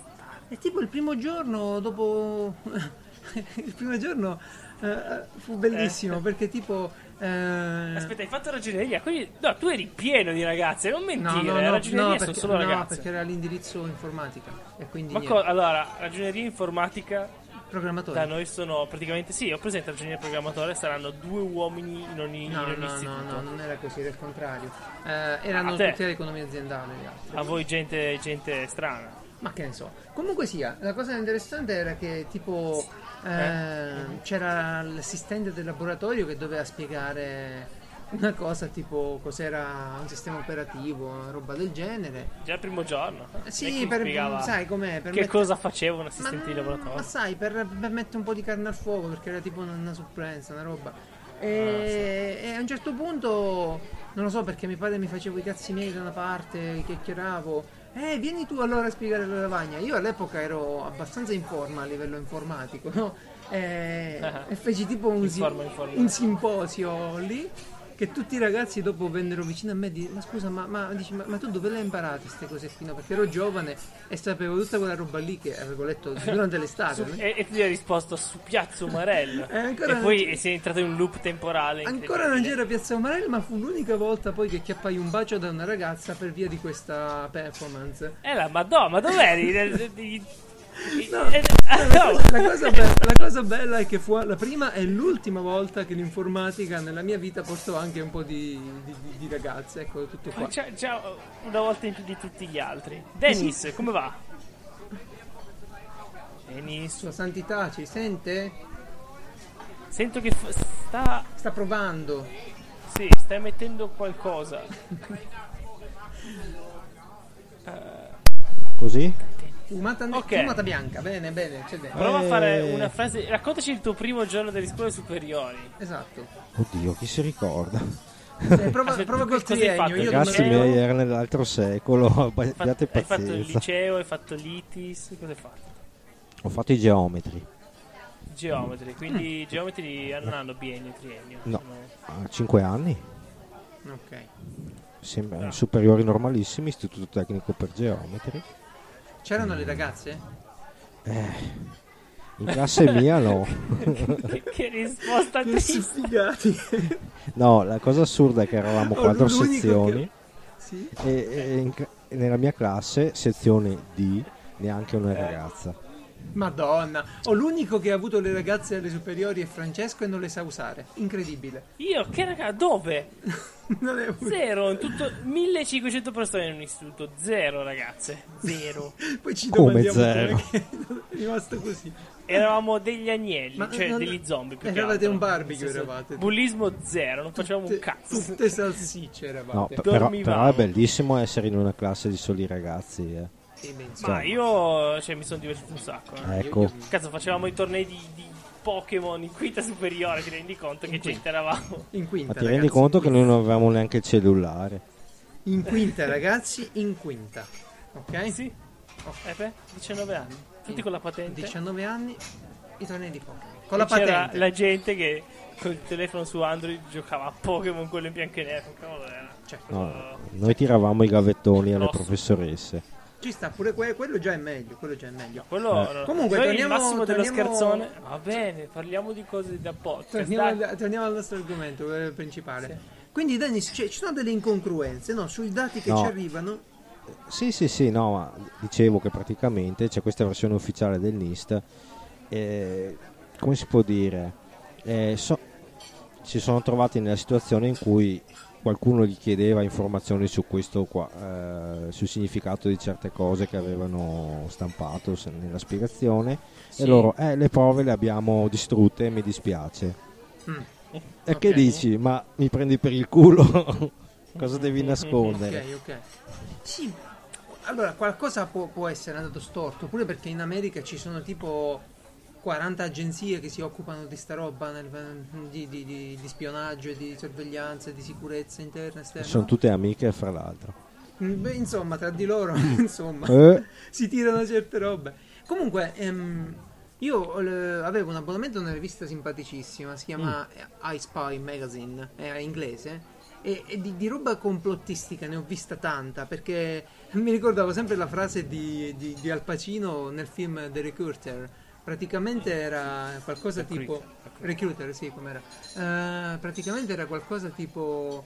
E tipo il primo giorno dopo il primo giorno eh, fu bellissimo Eh. perché tipo eh, Aspetta, hai fatto ragioneria? Quindi, no, tu eri pieno di ragazze, non mentire. no, no, no, ragioneria no, sono perché, solo no, ragazze. perché era l'indirizzo informatica e quindi Ma niente. co- allora, ragioneria informatica Programmatori. da noi sono praticamente sì, ho presente ragioneria programmatore, saranno due uomini in ogni, No, in ogni no, no, istituto. no, non era così, era il contrario. Eh, erano A te. tutte l'economia aziendale gli altri. A voi gente, gente strana. Ma che ne so. Comunque sia, la cosa interessante era che tipo eh, c'era l'assistente del laboratorio che doveva spiegare una cosa tipo cos'era un sistema operativo, una roba del genere. Già il primo giorno. Eh, E Sì, qui per, spiegava sai com'è? Per che mettere- cosa faceva un Ma, assistente di ma laboratorio. sai, per, per mettere un po' di carne al fuoco perché era tipo una, una supplenza, una roba. Ah, E, e a un certo punto, non lo so perché mi pare mi facevo i cazzi miei da una parte, chiacchieravo. Eh, vieni tu allora a spiegare la lavagna. Io all'epoca ero abbastanza in forma a livello informatico, no? E, e feci tipo un, sim- Informa, informa. un simposio lì. Che tutti i ragazzi dopo vennero vicino a me e di ma scusa ma, ma, dici, ma, ma tu dove le hai imparate queste cose qui? No, perché ero giovane e sapevo tutta quella roba lì che avevo letto durante l'estate. Su- no? e, e tu gli hai risposto su Piazza Umarell. E ancora e non poi c'è- sei entrato in un loop temporale. Ancora non incredibile. c'era Piazza Umarell, ma fu l'unica volta poi che chiappai un bacio da una ragazza per via di questa performance. Eh la madonna, ma dov'eri? Nel- di- No, eh, ah, no. La cosa, be- la cosa bella è che fu la prima e l'ultima volta che l'informatica nella mia vita portò anche un po' di, di- di- di ragazze, ecco tutto qua. Già, già una volta in più di tutti gli altri. Dennis, come va? Dennis, Sua Santità ci sente? sento che f- sta. Sta provando. Sì, stai mettendo qualcosa. Così? Fumata, Ok. fumata bianca, bene, bene, c'è dentro. Prova a Eh. fare una frase. Raccontaci il tuo primo giorno delle scuole superiori. Esatto. Oddio, chi si ricorda? Cioè, prova, Aspetta, prova col cosa hai triennio. fatto? Io Ragazzi liceo? miei, era nell'altro secolo, Hai fatto, abbiate hai fatto il pazienza. liceo, hai fatto l'I T I S, cosa hai fatto? Ho fatto i geometri. Geometri, quindi geometri non hanno biennio, triennio. No. sono- A cinque anni, Ok. sembra, Ah. superiori normalissimi, istituto tecnico per geometri. C'erano le ragazze? In classe mia no. che, che risposta triste. sfigati. No, la cosa assurda è che eravamo Oh, quattro l'unico sezioni Sì. e, e in cla- e nella mia classe, sezione D, neanche una ragazza. Madonna. Ho l'unico che ha avuto le ragazze alle superiori è Francesco e non le sa usare. Incredibile. Io, che raga, dove? Non è un... Zero, in tutto millecinquecento persone in un istituto, zero ragazze, zero. Poi ci Come domandiamo zero? perché è rimasto così. Eravamo degli agnelli, Ma cioè non- degli zombie più che eravate altro. un barbecue, Nel senso, eravate. Bullismo zero, non facevamo un Tutte- cazzo. Tutte salsicce eravate. No, p- però, Dormivamo. però è bellissimo essere in una classe di soli ragazzi. eh. Sì, beh, insomma. Ma io, cioè, mi sono divertito un sacco. eh. Ecco, Cazzo, facevamo i tornei di, di Pokémon in quinta superiore, ti rendi conto che gente eravamo? In quinta, ma ti rendi ragazzi, conto in che noi non avevamo neanche il cellulare? In quinta, ragazzi, in quinta. Ok? Sì. Eh beh, diciannove anni. Tutti con la patente. diciannove anni, i tornei di Pokémon. Con la E c'era patente. la gente che col telefono su Android giocava a Pokémon, quello in bianco e nero. Cavolo era. Cioè, No, noi tiravamo i gavettoni alle Rosso. professoresse. ci sta pure que- quello già è meglio, quello già è meglio. Quello, Eh. no. Comunque, Noi torniamo- il massimo dello torniamo- scherzone. Va bene, parliamo di cose da podcast. Torniamo, dai. al, torniamo al nostro argomento eh, principale. Quindi, Dennis, c'è- ci sono delle incongruenze, no? Sui dati che No. ci arrivano. Sì, sì, sì, no, ma dicevo che praticamente c'è questa versione ufficiale del NIST. eh, come si può dire? Eh, so- si sono trovati nella situazione in cui qualcuno gli chiedeva informazioni su questo qua, eh, sul significato di certe cose che avevano stampato se- nella spiegazione, Sì. e loro, eh, le prove le abbiamo distrutte, mi dispiace. Mm. E Ok. che dici? Ma mi prendi per il culo? Cosa devi nascondere? Ok, ok. Sì, allora qualcosa può, può essere andato storto, pure perché in America ci sono tipo quaranta agenzie che si occupano di sta roba, nel- di, di- di- di spionaggio, di sorveglianza, di sicurezza interna e esterna. Sono tutte amiche fra l'altro. Mm, beh, insomma, tra di loro, insomma, Eh. si tirano certe robe. Comunque, ehm, io eh, avevo un abbonamento a una rivista simpaticissima, si chiama I Spy Magazine, è inglese, E, e di, di roba complottistica ne ho vista tanta, perché mi ricordavo sempre la frase di, di, di Al Pacino nel film The Recruiter. Praticamente era qualcosa tipo Recruiter, sì, com'era? Uh, praticamente era qualcosa tipo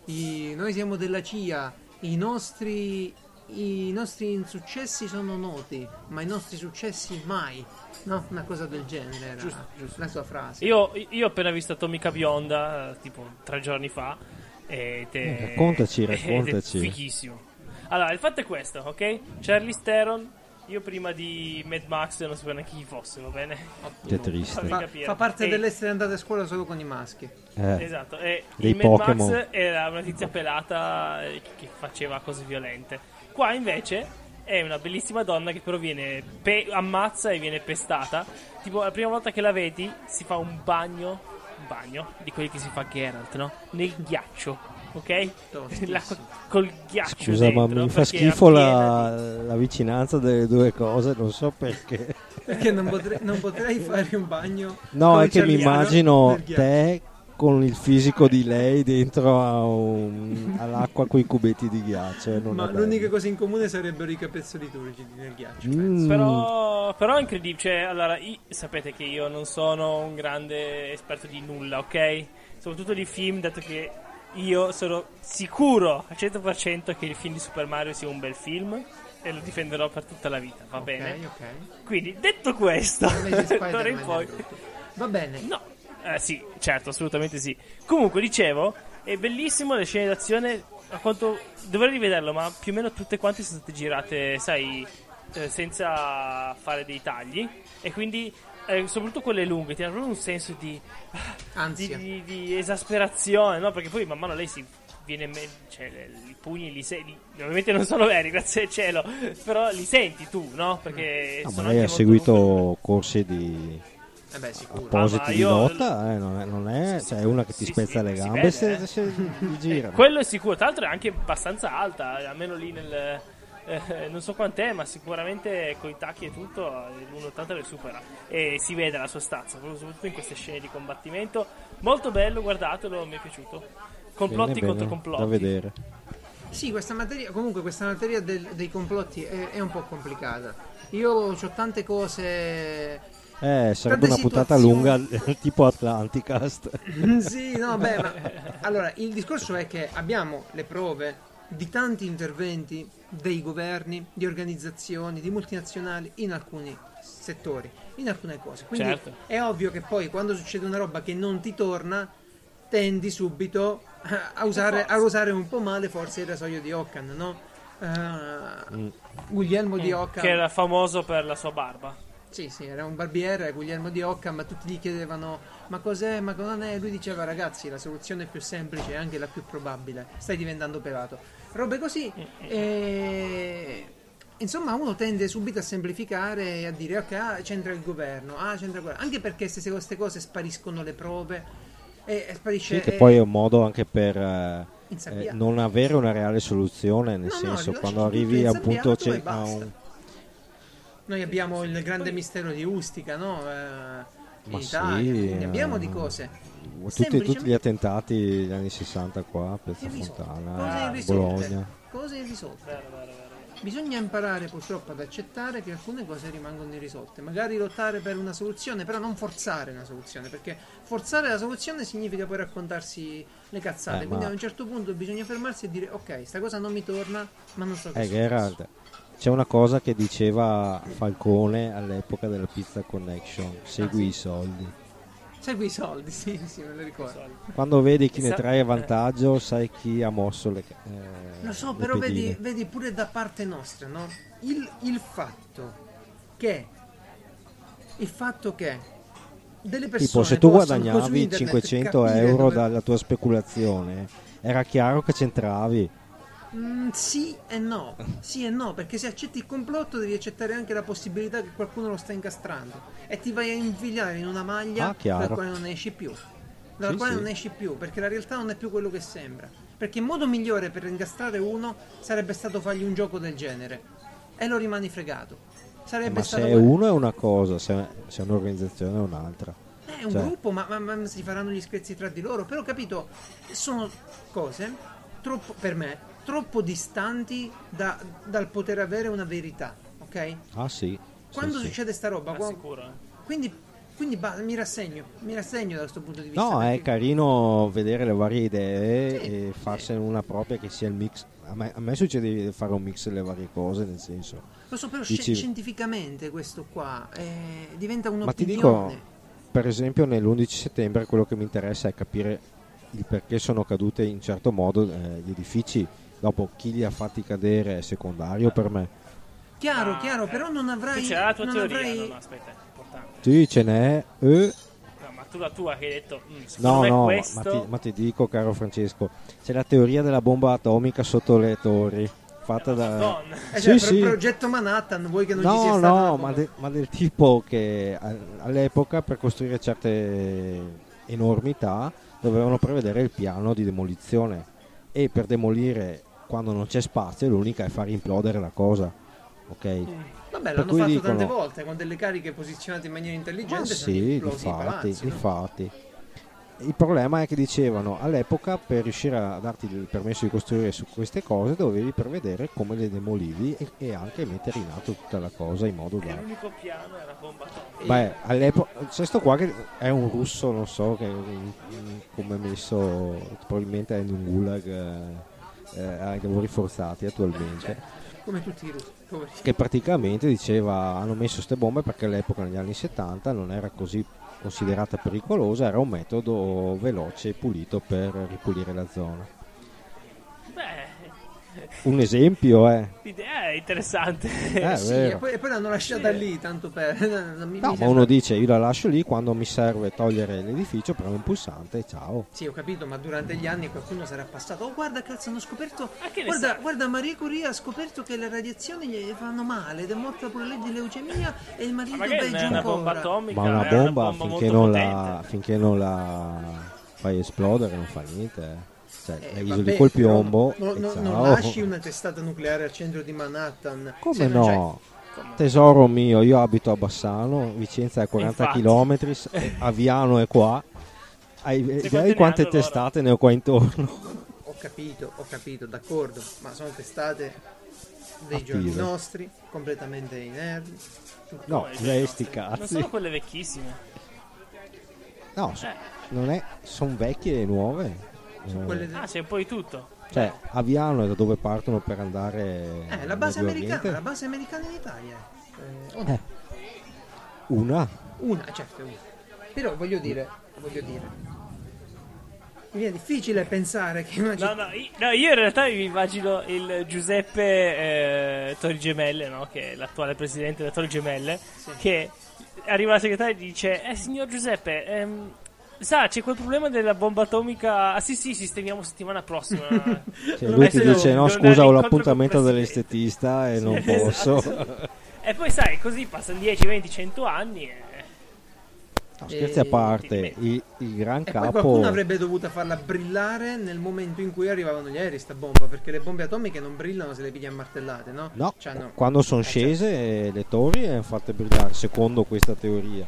i, noi siamo della C I A, i nostri i nostri insuccessi sono noti, ma i nostri successi mai. No, una cosa del genere era giusto, giusto. la sua frase. Io, io ho appena visto Atomica Bionda, tipo tre giorni fa. Ed è, raccontaci, raccontaci. Ed è fighissimo. Allora, il fatto è questo, ok? Charlize Theron, io prima di Mad Max non sapevo neanche chi fosse, va bene? Che triste. Fa, fa parte e, dell'essere andata a scuola solo con i maschi. Eh, esatto, e dei in Mad Pokémon. Max era una tizia pelata che faceva cose violente. Qua invece è una bellissima donna che però viene pe- ammazza e viene pestata. Tipo la prima volta che la vedi si fa un bagno, un bagno di quelli che si fa Geralt, no? Nel ghiaccio, ok? L'acqua col ghiaccio. Scusa, dentro, ma mi fa schifo la, di... la vicinanza delle due cose, non so perché. Perché non potrei, non potrei fare un bagno. No, è che mi immagino te con il fisico di lei dentro a un, all'acqua con i cubetti di ghiaccio. Non ma l'unica cosa in comune sarebbero i capezzoli turgidi nel ghiaccio. Mm. Però, però è incredibile. Cioè, allora, io, sapete che io non sono un grande esperto di nulla, ok? Soprattutto di film, dato che io sono sicuro al cento per cento che il film di Super Mario sia un bel film e lo difenderò per tutta la vita, va okay, bene? Ok, Quindi, detto questo, d'ora in poi... Va bene. No. Eh, sì, certo, assolutamente sì. Comunque, dicevo, è bellissimo le scene d'azione. A quanto dovrei rivederlo, ma più o meno tutte quante sono state girate, sai, eh, senza fare dei tagli. E quindi, eh, soprattutto quelle lunghe, ti hanno proprio un senso di, ansia, di, di, di esasperazione, no? Perché poi man mano lei si viene, me- cioè, i pugni li senti. Ovviamente non sono veri, grazie al cielo, però li senti tu, no? Perché no, sono ma lei ha seguito lunghi. corsi di Eh beh, sicuro. appositi Ah, di io... lotta, eh, non è, non è sì, cioè, sì, una che ti sì, spezza sì, le si gambe vede, se, eh. se ti gira. Eh, quello è sicuro, tra l'altro è anche abbastanza alta, almeno lì nel eh, non so quant'è, ma sicuramente con i tacchi e tutto l'uno virgola ottanta le supera e si vede la sua stazza, soprattutto in queste scene di combattimento. Molto bello, guardatelo, mi è piaciuto. Complotti bene, contro bene, complotti. da vedere. Sì, questa materia, comunque questa materia del, dei complotti è, è un po' complicata. Io ho tante cose. Eh, sarebbe tante una puntata situazioni... lunga tipo Atlanticast. Sì, no, beh, ma allora il discorso è che abbiamo le prove di tanti interventi dei governi, di organizzazioni, di multinazionali in alcuni settori, in alcune cose. Quindi certo. È ovvio che poi quando succede una roba che non ti torna, tendi subito a usare, a usare un po' male forse il rasoio di Ockham, no? Uh, mm. Guglielmo mm. di Ockham, che era famoso per la sua barba. Sì, sì, era un barbiere, Guglielmo di Ockham, ma tutti gli chiedevano ma cos'è, ma cosa non è? Lui diceva ragazzi, la soluzione più semplice e anche la più probabile, stai diventando pelato. Robe così, e... insomma uno tende subito a semplificare e a dire ok, ah, c'entra il governo, ah, c'entra quello, anche perché se queste cose spariscono le prove e, e sparisce... Sì, che e... poi è un modo anche per... Eh... Eh, non avere una reale soluzione, nel no, senso no, quando arrivi a un punto c'è a un... Noi abbiamo il grande poi... mistero di Ustica, no? Eh, in Ma Italia, sì, ne abbiamo di cose. Tutti, Semplicemente... tutti gli attentati degli anni sessanta qua, Piazza Fontana, cose Bologna. Cose irrisolte. Vero, vero, vero. Bisogna imparare purtroppo ad accettare che alcune cose rimangono irrisolte. Magari lottare per una soluzione, però non forzare una soluzione, perché forzare la soluzione significa poi raccontarsi le cazzate. Eh, Quindi ma... a un certo punto bisogna fermarsi e dire ok, sta cosa non mi torna, ma non so che eh, Geralt, c'è una cosa che diceva Falcone all'epoca della Pizza Connection: segui ah, sì. i soldi. Segui i soldi, sì, sì, me lo ricordo. Quando vedi chi sa- ne trae vantaggio, sai chi ha mosso le eh, Lo so, le però vedi, pedine. vedi pure da parte nostra, no? Il, il fatto che il fatto che delle persone tipo se tu possono, guadagnavi cinquecento euro dove... dalla tua speculazione, era chiaro che c'entravi. Mm, sì e no, sì e no, perché se accetti il complotto devi accettare anche la possibilità che qualcuno lo sta incastrando e ti vai a infigliare in una maglia ah, dalla quale non esci più, dalla sì, quale sì. non esci più, perché la realtà non è più quello che sembra. Perché il modo migliore per incastrare uno sarebbe stato fargli un gioco del genere e lo rimani fregato. Sarebbe Ma stato se è uno è una cosa, se è un'organizzazione è un'altra. Eh, è un cioè. gruppo, ma, ma, ma si faranno gli scherzi tra di loro. Però, capito, sono cose troppo, per me, troppo distanti da, dal poter avere una verità, ok? Ah sì. Quando sì, succede sta roba, Ma qua- sicuro, eh. quindi, quindi ba- mi rassegno, mi rassegno da questo punto di vista. No, è perché- carino vedere le varie idee Sì, e sì. farsene una propria che sia il mix. A me, a me succede di fare un mix delle varie cose, nel senso. Lo so, però Dici- sci- scientificamente questo qua eh, diventa Ma ti un'opinione. dico, per esempio, nell'undici settembre quello che mi interessa è capire il perché sono cadute in certo modo eh, gli edifici. Dopo chi li ha fatti cadere è secondario per me. Chiaro, Ma, chiaro, eh, però non avrai... Tu c'era la tua non teoria, avrai... no, no, aspetta, è importante. Sì, ce n'è. eh. No, ma tu la tua che hai detto, mm, secondo No, me no, questo... ma ti, ma ti dico, caro Francesco, c'è la teoria della bomba atomica sotto le torri, fatta da... Madonna. Eh, Sì, cioè, sì. pro- progetto Manhattan, vuoi che non ci sia No, stata una no, bomba? ma, de- ma del tipo che a- all'epoca per costruire certe enormità dovevano prevedere il piano di demolizione e per demolire quando non c'è spazio l'unica è far implodere la cosa, ok? Vabbè, per l'hanno cui fatto dicono- tante volte, con delle cariche posizionate in maniera Ma intelligente sono sì, esplosi i difatti, palazzi, no? difatti. Il problema è che dicevano all'epoca per riuscire a darti il permesso di costruire su queste cose dovevi prevedere come le demolivi e, e anche mettere in atto tutta la cosa in modo Che da... l'unico piano era bomba atomica. Beh, all'epoca c'è sto qua che è un russo, non so che, mm, come messo, probabilmente è in un gulag eh, eh, ai lavori forzati attualmente, Come tutti i russi, poverini. che praticamente diceva hanno messo queste bombe perché all'epoca negli anni settanta non era così considerata pericolosa, era un metodo veloce e pulito per ripulire la zona. Beh, Un esempio è... l'idea è interessante. Eh, Sì, vero. e poi, e poi l'hanno lasciata Sì. lì, tanto per... non mi- mi No, ma sembra- uno dice io la lascio lì, quando mi serve togliere l'edificio premo un pulsante e ciao. Sì, ho capito, ma durante gli anni qualcuno sarà passato. Oh, guarda, cazzo, hanno scoperto. Ah, che ne Guarda, sai? guarda, Marie Curie ha scoperto che le radiazioni gli fanno male ed è morta pure lei di leucemia e il Ma marito magari non peggio è una bomba ancora. atomica, Ma una è una bomba, bomba finché, molto non potente. la, finché non la fai esplodere non fa niente. eh. Cioè, Eh, la vabbè, isoli col però piombo no- e no- ciao. non lasci una testata nucleare al centro di Manhattan. Come se non no? Tesoro mio, io abito a Bassano, Vicenza è a quaranta Infatti. chilometri, Aviano è qua. Hai, quante vedi ne quante hanno loro? testate ne ho qua intorno? c'hai- Ho capito, ho capito, d'accordo, ma sono testate dei Attive. giorni nostri, completamente inerti. tutto. No, Come lei le sti nostre? Non cazzi. sono quelle vecchissime. No, so- Eh. non è, sono vecchie e nuove. Eh, Quelle de- Ah, c'è un po' di tutto. Cioè, Aviano è da dove partono per andare. Eh, la nel base Medio americana, Oriente. la base americana in Italia. Eh, oh, Eh. Una. Una, certo, una. Però voglio dire, voglio dire. Mi viene difficile pensare che una No, città- no, io, no, io in realtà mi immagino il Giuseppe eh, Torri Gemelle, no? Che è l'attuale presidente delle Torri Gemelle, che arriva la segretaria e dice: Eh, signor Giuseppe, ehm, sa, c'è quel problema della bomba atomica. Ah, sì, sì, sistemiamo settimana prossima. Cioè, Non lui ti essere- dice: No, non scusa, andare ho incontro l'appuntamento col dell'estetista e non Esatto. posso. E poi, sai, così passano dieci, venti, cento anni. E... No, scherzi a E- parte, il, il gran E poi capo. qualcuno avrebbe dovuto farla brillare nel momento in cui arrivavano gli aerei, sta bomba, perché le bombe atomiche non brillano se le pigli a martellate, no? No, Cioè, no. quando sono Eh, certo. scese le torri hanno fatte brillare, secondo questa teoria.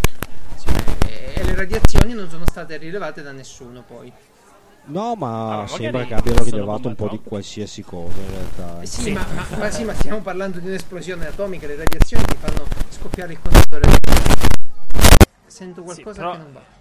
E, e le radiazioni non sono state rilevate da nessuno poi. No, ma Ah, ma sembra magari che abbiano sono rilevato un po' di bombe qualsiasi cosa in realtà. Eh sì, Sì. Ma, ma- ma sì, ma stiamo parlando di un'esplosione atomica, le radiazioni ti fanno scoppiare il contatore. Sento qualcosa però- che non va.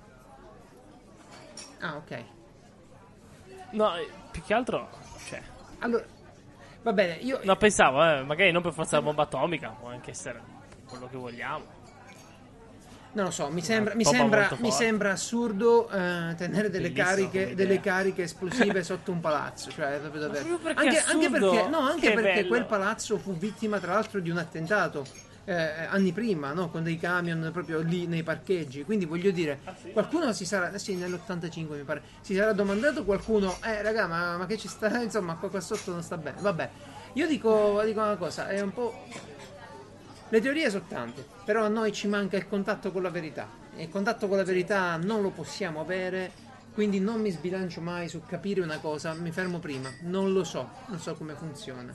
Ah, ok. No, eh, più che altro, cioè, Allora, va bene, io... no, pensavo, eh, magari non per forza la bomba atomica, può anche essere quello che vogliamo. Non lo so, mi sembra, mi bomba sembra, molto mi forte. sembra assurdo eh, tenere delle Bellissimo cariche, come delle idea. cariche esplosive sotto un palazzo. Cioè, proprio davvero. proprio perché Anche, è anche assurdo, perché, no, anche che perché bello. quel palazzo fu vittima, tra l'altro, di un attentato eh, anni prima, no? Con dei camion proprio lì nei parcheggi. Quindi voglio dire, Ah, sì? qualcuno si sarà, sì, nell'ottantacinque mi pare, si sarà domandato qualcuno, eh, raga, ma, ma che ci sta? Insomma, qua, qua sotto non sta bene. Vabbè, io dico, dico una cosa, è un po'. Le teorie sono tante, però a noi ci manca il contatto con la verità. E il contatto con la verità non lo possiamo avere, quindi non mi sbilancio mai su capire una cosa, mi fermo prima. Non lo so, non so come funziona.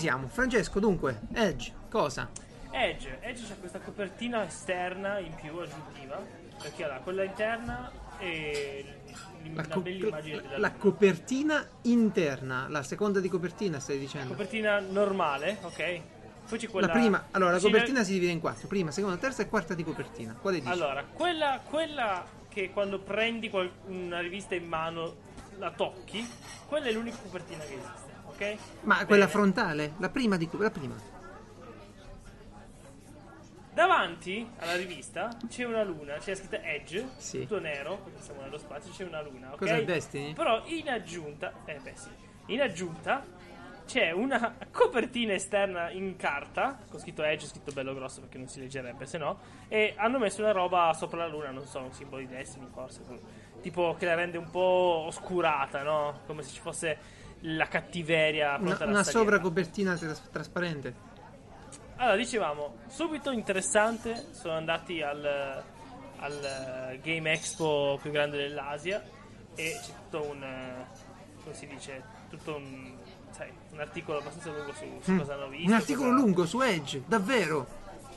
siamo. Francesco, dunque, Edge, cosa? Edge, Edge c'ha questa copertina esterna in più aggiuntiva, perché allora quella interna e La, una co- bella immagine della la luna. copertina interna, la seconda di copertina stai dicendo? Copertina normale, ok? Poi c'è quella La prima, allora la vicina- copertina si divide in quattro, prima, seconda, terza e quarta di copertina. Quale dici? Allora, quella, quella che quando prendi qual- una rivista in mano la tocchi, quella è l'unica copertina che esiste, ok? Ma Bene. quella frontale, la prima di la prima. Davanti alla rivista c'è una luna, c'è scritto Edge, Sì. tutto nero, perché siamo nello spazio, c'è una luna, ok? Cos'è, Destiny? Però in aggiunta, eh beh sì, in aggiunta c'è una copertina esterna in carta, con scritto Edge, scritto bello grosso perché non si leggerebbe se no, e hanno messo una roba sopra la luna, non so, un simbolo di Destiny forse, tipo che la rende un po' oscurata, no? Come se ci fosse la cattiveria Una, pronta da una salire. sovracopertina tras- trasparente. Allora, dicevamo, subito interessante, sono andati al, al Game Expo più grande dell'Asia e c'è tutto un, eh, come si dice, tutto un, sai, un articolo abbastanza lungo su, su Mm. cosa hanno visto. Un articolo cosa- lungo su Edge, davvero.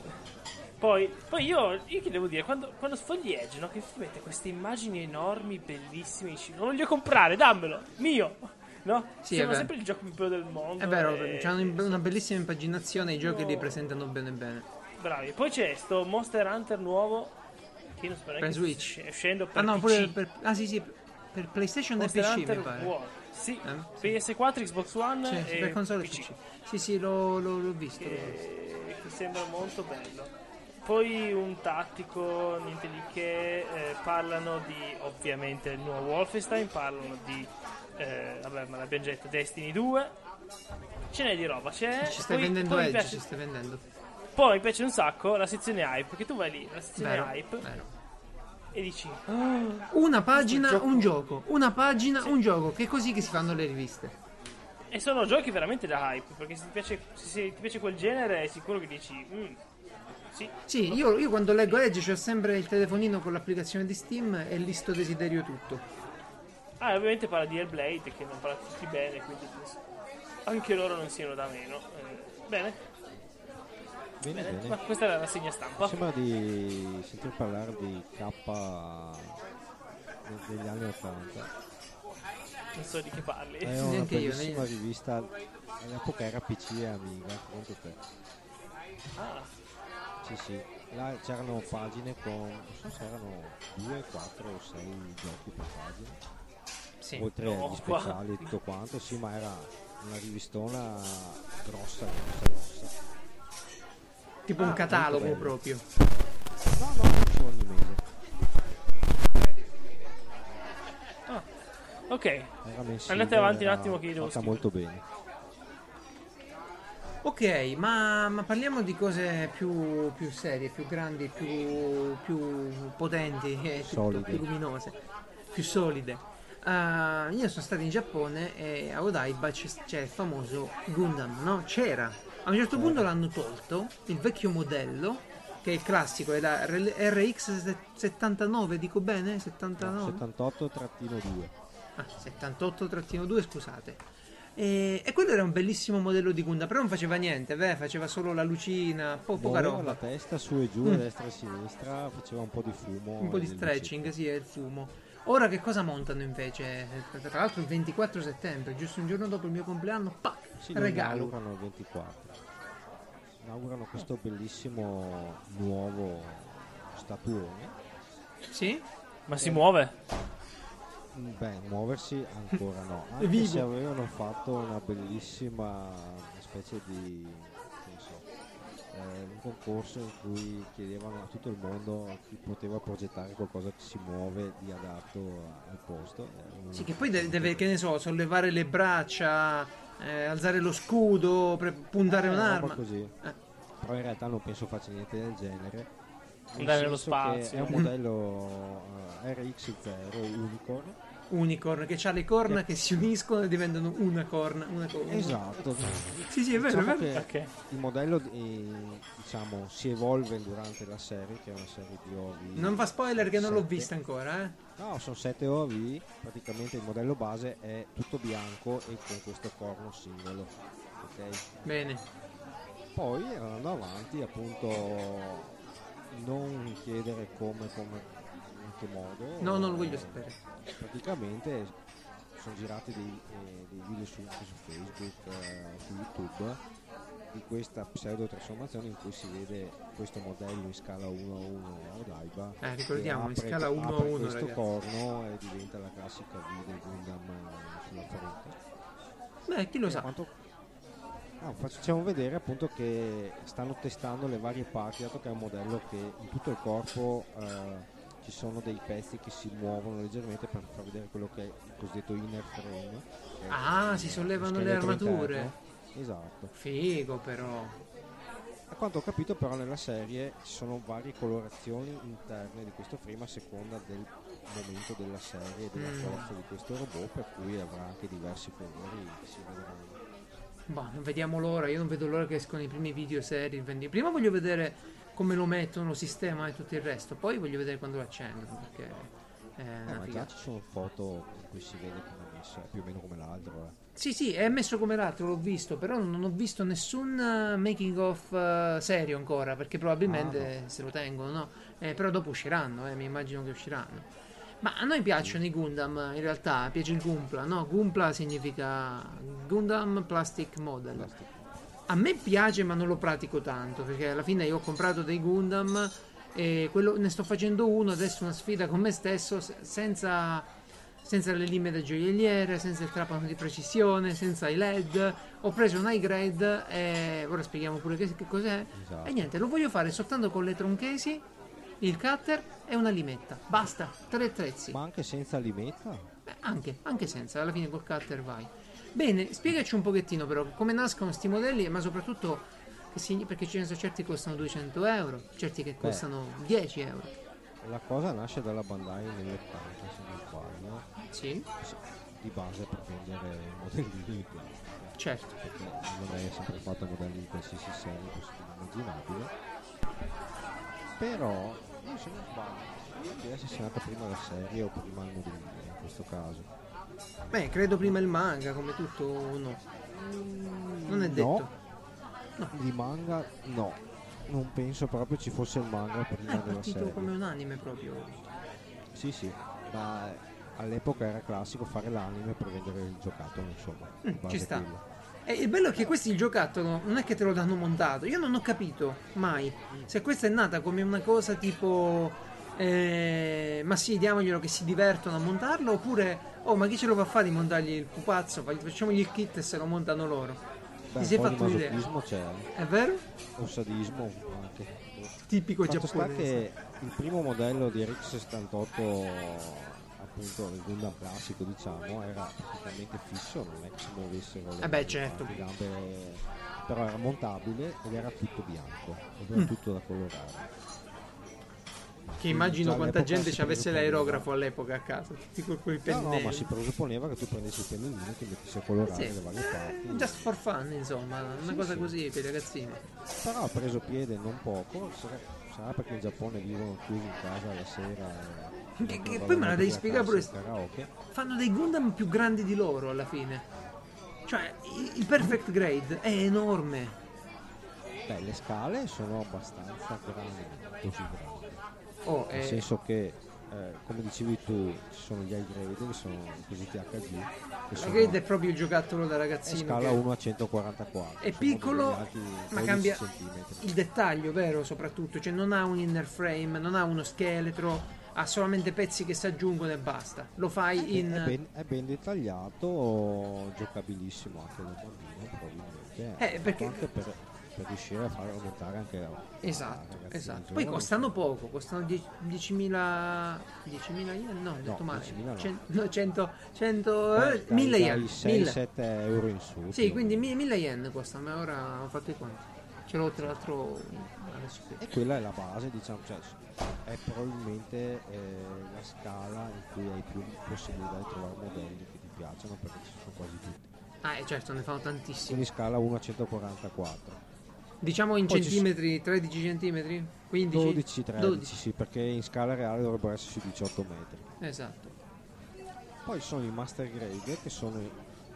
Poi, poi io, io che devo dire, quando, quando sfogli Edge, no, che ti mette queste immagini enormi, bellissime, dici, non voglio comprare, dammelo, mio, no? Sì, Sembra è vero. sempre il gioco più bello del mondo. È vero, e- hanno una bellissima impaginazione, i giochi No. li presentano bene bene. Bravi. Poi c'è sto Monster Hunter nuovo che non so neanche Per se Switch. sia uscendo per Ah no, P C. pure per, ah sì sì, per PlayStation Monster e P C Hunter mi pare. World. Sì, Eh? P S quattro, Xbox One Sì, e sì, per console e P C. P C. Sì, sì, l'ho, l'ho- l'ho visto. l'ho visto. Che, che sembra molto bello. Poi un tattico, niente di che, eh, parlano di ovviamente il nuovo Wolfenstein, parlano di eh, vabbè, ma l'abbiamo già detto, Destiny due. Ce n'è di roba, c'è. Ci stai poi- vendendo poi mi Edge, piace- ci stai vendendo. Poi mi piace un sacco la sezione hype, perché tu vai lì, la sezione Vero, hype vero. e dici Una pagina, Questo un gioco. gioco. Una pagina, un gioco. Che è così che si fanno le riviste. e sono giochi veramente da hype, perché se ti piace, se ti piace quel genere è sicuro che dici "Mm, sì, Sì, io, io quando leggo Edge ho sempre il telefonino con l'applicazione di Steam e listo desiderio tutto. ah, ovviamente parla di Hellblade che non parla tutti bene, quindi penso anche loro non siano da meno. Eh, bene, Bene, bene. bene. Ma questa è la rassegna stampa. Mi sembra di sentir parlare di K de- degli anni ottanta. Non so di che parli. È una Neanche io, bellissima neanche- rivista. All'epoca era P C e Amiga, conto te. Ah, Sì, sì. Là c'erano pagine con, non so se erano due, quattro o sei giochi per pagina. Sì. Oltre No, agli speciali qua- e tutto quanto, sì, ma era una rivistona grossa, grossa, grossa. Tipo Ah, un catalogo molto bello. proprio. No, no, non ogni mese. ok. Era mensile, Andate avanti un era attimo che io devo fatta scrivere. molto bene. Ok, ma, ma parliamo di cose più, più serie, più grandi, più, più potenti, e tutto, Solide. più luminose, più solide. Ah, io sono stato in Giappone e a Odaiba c'è, c'è il famoso Gundam, no? C'era. A un certo punto l'hanno tolto, il vecchio modello, che è il classico, è la R X settantanove, dico bene? settantanove? settantotto due. Ah, settantotto due, scusate. E, e quello era un bellissimo modello di Gundam, però non faceva niente, beh, faceva solo la lucina, po- poca Muoveva roba. la testa su e giù, Mm. a destra e a sinistra, faceva un po' di fumo. Un po' e di le stretching, sì, è il fumo. Ora che cosa montano invece? Tra l'altro il ventiquattro settembre, giusto un giorno dopo il mio compleanno, pac, luci. Sì, lo regalo. inaugurano il ventiquattro. Inaugurano questo bellissimo nuovo statuone. Sì? Ma si muove? Beh, muoversi ancora no. È Anche vivo. se avevano fatto una bellissima specie di, che ne so, eh, un concorso in cui chiedevano a tutto il mondo chi poteva progettare qualcosa che si muove di adatto a- al posto. Eh, Sì, che poi deve, deve, che ne so, sollevare le braccia, eh, alzare lo scudo, pre- puntare Eh, roba un'arma. così. Eh. Però in realtà non penso faccia niente del genere. Nel Andare nello senso che spazio. È un modello eh, R X zero Unicorn. Unicorn, che ha le corna che si uniscono e diventano una corna. Una corna. Esatto. Sì, sì, è vero, Diciamo è vero. che Ok. il modello eh, diciamo si evolve durante la serie, che è una serie di O V. Non fa spoiler che non l'ho sette. vista ancora, eh. No, sono sette O V. Praticamente il modello base è tutto bianco e con questo corno singolo. ok. Bene. Poi andando avanti, appunto, non chiedere come, come in che modo. No, non lo eh, voglio sapere. Praticamente sono girati dei, eh, dei video su, anche su Facebook, eh, su YouTube, di questa pseudo trasformazione in cui si vede questo modello in scala uno a uno a Odaiba, Eh, ricordiamo, in che apre- scala uno a apre uno, questo ragazzi. corno e diventa la classica V del Gundam eh, sulla fronte. Beh, chi lo sa. Quanto... no, facciamo vedere appunto che stanno testando le varie parti, dato che è un modello che in tutto il corpo eh, ci sono dei pezzi che si muovono leggermente per far vedere quello che è il cosiddetto inner frame. che è Ah, il- si lo sollevano le scheletro armature. interno. Esatto. Figo però. A quanto ho capito però nella serie ci sono varie colorazioni interne di questo frame a seconda del momento della serie e della Mm. forza di questo robot, per cui avrà anche diversi colori che si vedranno. Boh, non vediamo l'ora, io non vedo l'ora che escono i primi video seri. vendi- Prima voglio vedere come lo mettono, lo sistema e tutto il resto, poi voglio vedere quando lo accendono, perché è Eh, una ma già figata. ci sono foto in cui si vede come è messo, è più o meno come l'altro. Eh. Sì, sì, è messo come l'altro, l'ho visto, però non ho visto nessun eh, making of eh, serio ancora, perché probabilmente Ah, se lo tengono, no? Eh, però dopo usciranno, eh, mi immagino che usciranno. Ma a noi piacciono i Gundam, in realtà, piace il Gumpla, no? Gumpla significa Gundam Plastic Model. Plastic. A me piace, ma non lo pratico tanto, perché alla fine io ho comprato dei Gundam e quello, ne sto facendo uno, adesso una sfida con me stesso, se- senza, senza le lime da gioielliere, senza il trapano di precisione, senza i L E D. Ho preso un high grade e ora spieghiamo pure che, che cos'è. Esatto. E niente, lo voglio fare soltanto con le tronchesi, il cutter e una limetta. Basta, tre attrezzi. Ma anche senza limetta? Beh, anche, anche senza, alla fine col cutter vai. Bene, spiegaci un pochettino però come nascono questi modelli, ma soprattutto che signi- perché ce ne sono certi che costano duecento euro, certi che costano dieci euro. La cosa nasce dalla Bandai nell'ottanta, se non sbaglio, Sì, sì, di base per vendere modellini di plastica, certo. perché non è sempre fatto modelli di qualsiasi serie possibile immaginabile. Però, io se non sbaglio, non so se sia nata prima la serie o prima il modellino in questo caso. Beh, credo prima il manga, come tutto o no. Non è detto. No, di manga no, non penso proprio ci fosse il manga prima Ah, è della partito serie. come un anime proprio. Sì, sì, ma all'epoca era classico fare l'anime per vendere il giocattolo, insomma. Mm, in base ci a sta. quello. E il bello è che questi il giocattolo non è che te lo danno montato. Io non ho capito mai se questa è nata come una cosa tipo eh, ma sì, diamoglielo che si divertono a montarlo, oppure oh, ma chi ce lo fa fare di montargli il pupazzo? Fagli- Facciamogli il kit e se lo montano loro. Beh, Ti un sei po' di fatto un'idea? masochismo c'è, eh. È vero? o sadismo anche. Tipico Fatto sta giapponese. che il primo modello di R X settantotto, appunto il Gundam classico diciamo, era praticamente fisso, non è che si muovessero le, Eh beh, le certo. parti, gambe, però era montabile ed era tutto bianco, aveva Mm. tutto da colorare. Che immagino già quanta all'epoca gente si ci avesse presupponeva- l'aerografo all'epoca a casa, tutti con quei No, pennelli. no, ma si presupponeva che tu prendessi il pennellino e ti mettissi a colorare Sì. le varie parti. Just for fun, insomma, una Sì, cosa sì. così per i ragazzini. Però ha preso piede non poco, sarà, sarà perché in Giappone vivono chiusi in casa la sera. e- Che- che e poi me la vanno devi tutti a spiegare casa pure- in karaoke. Fanno dei Gundam più grandi di loro alla fine. Cioè, il- il Perfect Grade è enorme. Beh, le scale sono abbastanza grandi, così grandi. Oh, Nel è... senso che, eh, come dicevi tu, ci sono gli high grade che sono i cosiddetti H G. Che La sono grade è proprio il giocattolo da è ragazzino. scala che uno a centoquarantaquattro. è sono piccolo, disegnati ma dodici cambia centimetri. il dettaglio, vero? Soprattutto, cioè non ha un inner frame, non ha uno scheletro, ha solamente pezzi che si aggiungono e basta. Lo fai in. È ben, è ben dettagliato, giocabilissimo anche da bambino probabilmente. Eh, perché- anche per, per riuscire a far aumentare anche la Esatto, la esatto. ragazzina Poi giovane, costano insomma. poco, costano die- diecimila diecimila yen? No, ho detto No, male. diecimila no. Cen- no, cento, cento, Beh, eh, dai- mille dai yen. sei mille. sette euro in su. Sì, più o quindi meno. mi- mille yen costano, ma ora ho fatto i conti. Ce l'ho tra l'altro adesso qui. E quella è la base, diciamo, cioè è probabilmente eh, la scala in cui hai più possibilità di trovare modelli che ti piacciono, perché ci sono quasi tutti. Ah, eh, certo, ne fanno tantissimi. Quindi scala uno a centoquarantaquattro. Diciamo in Poi ci centimetri, tredici centimetri? quindici? dodici tredici, dodici. sì, perché in scala reale dovrebbero esserci diciotto metri. Esatto. Poi sono i master grade che sono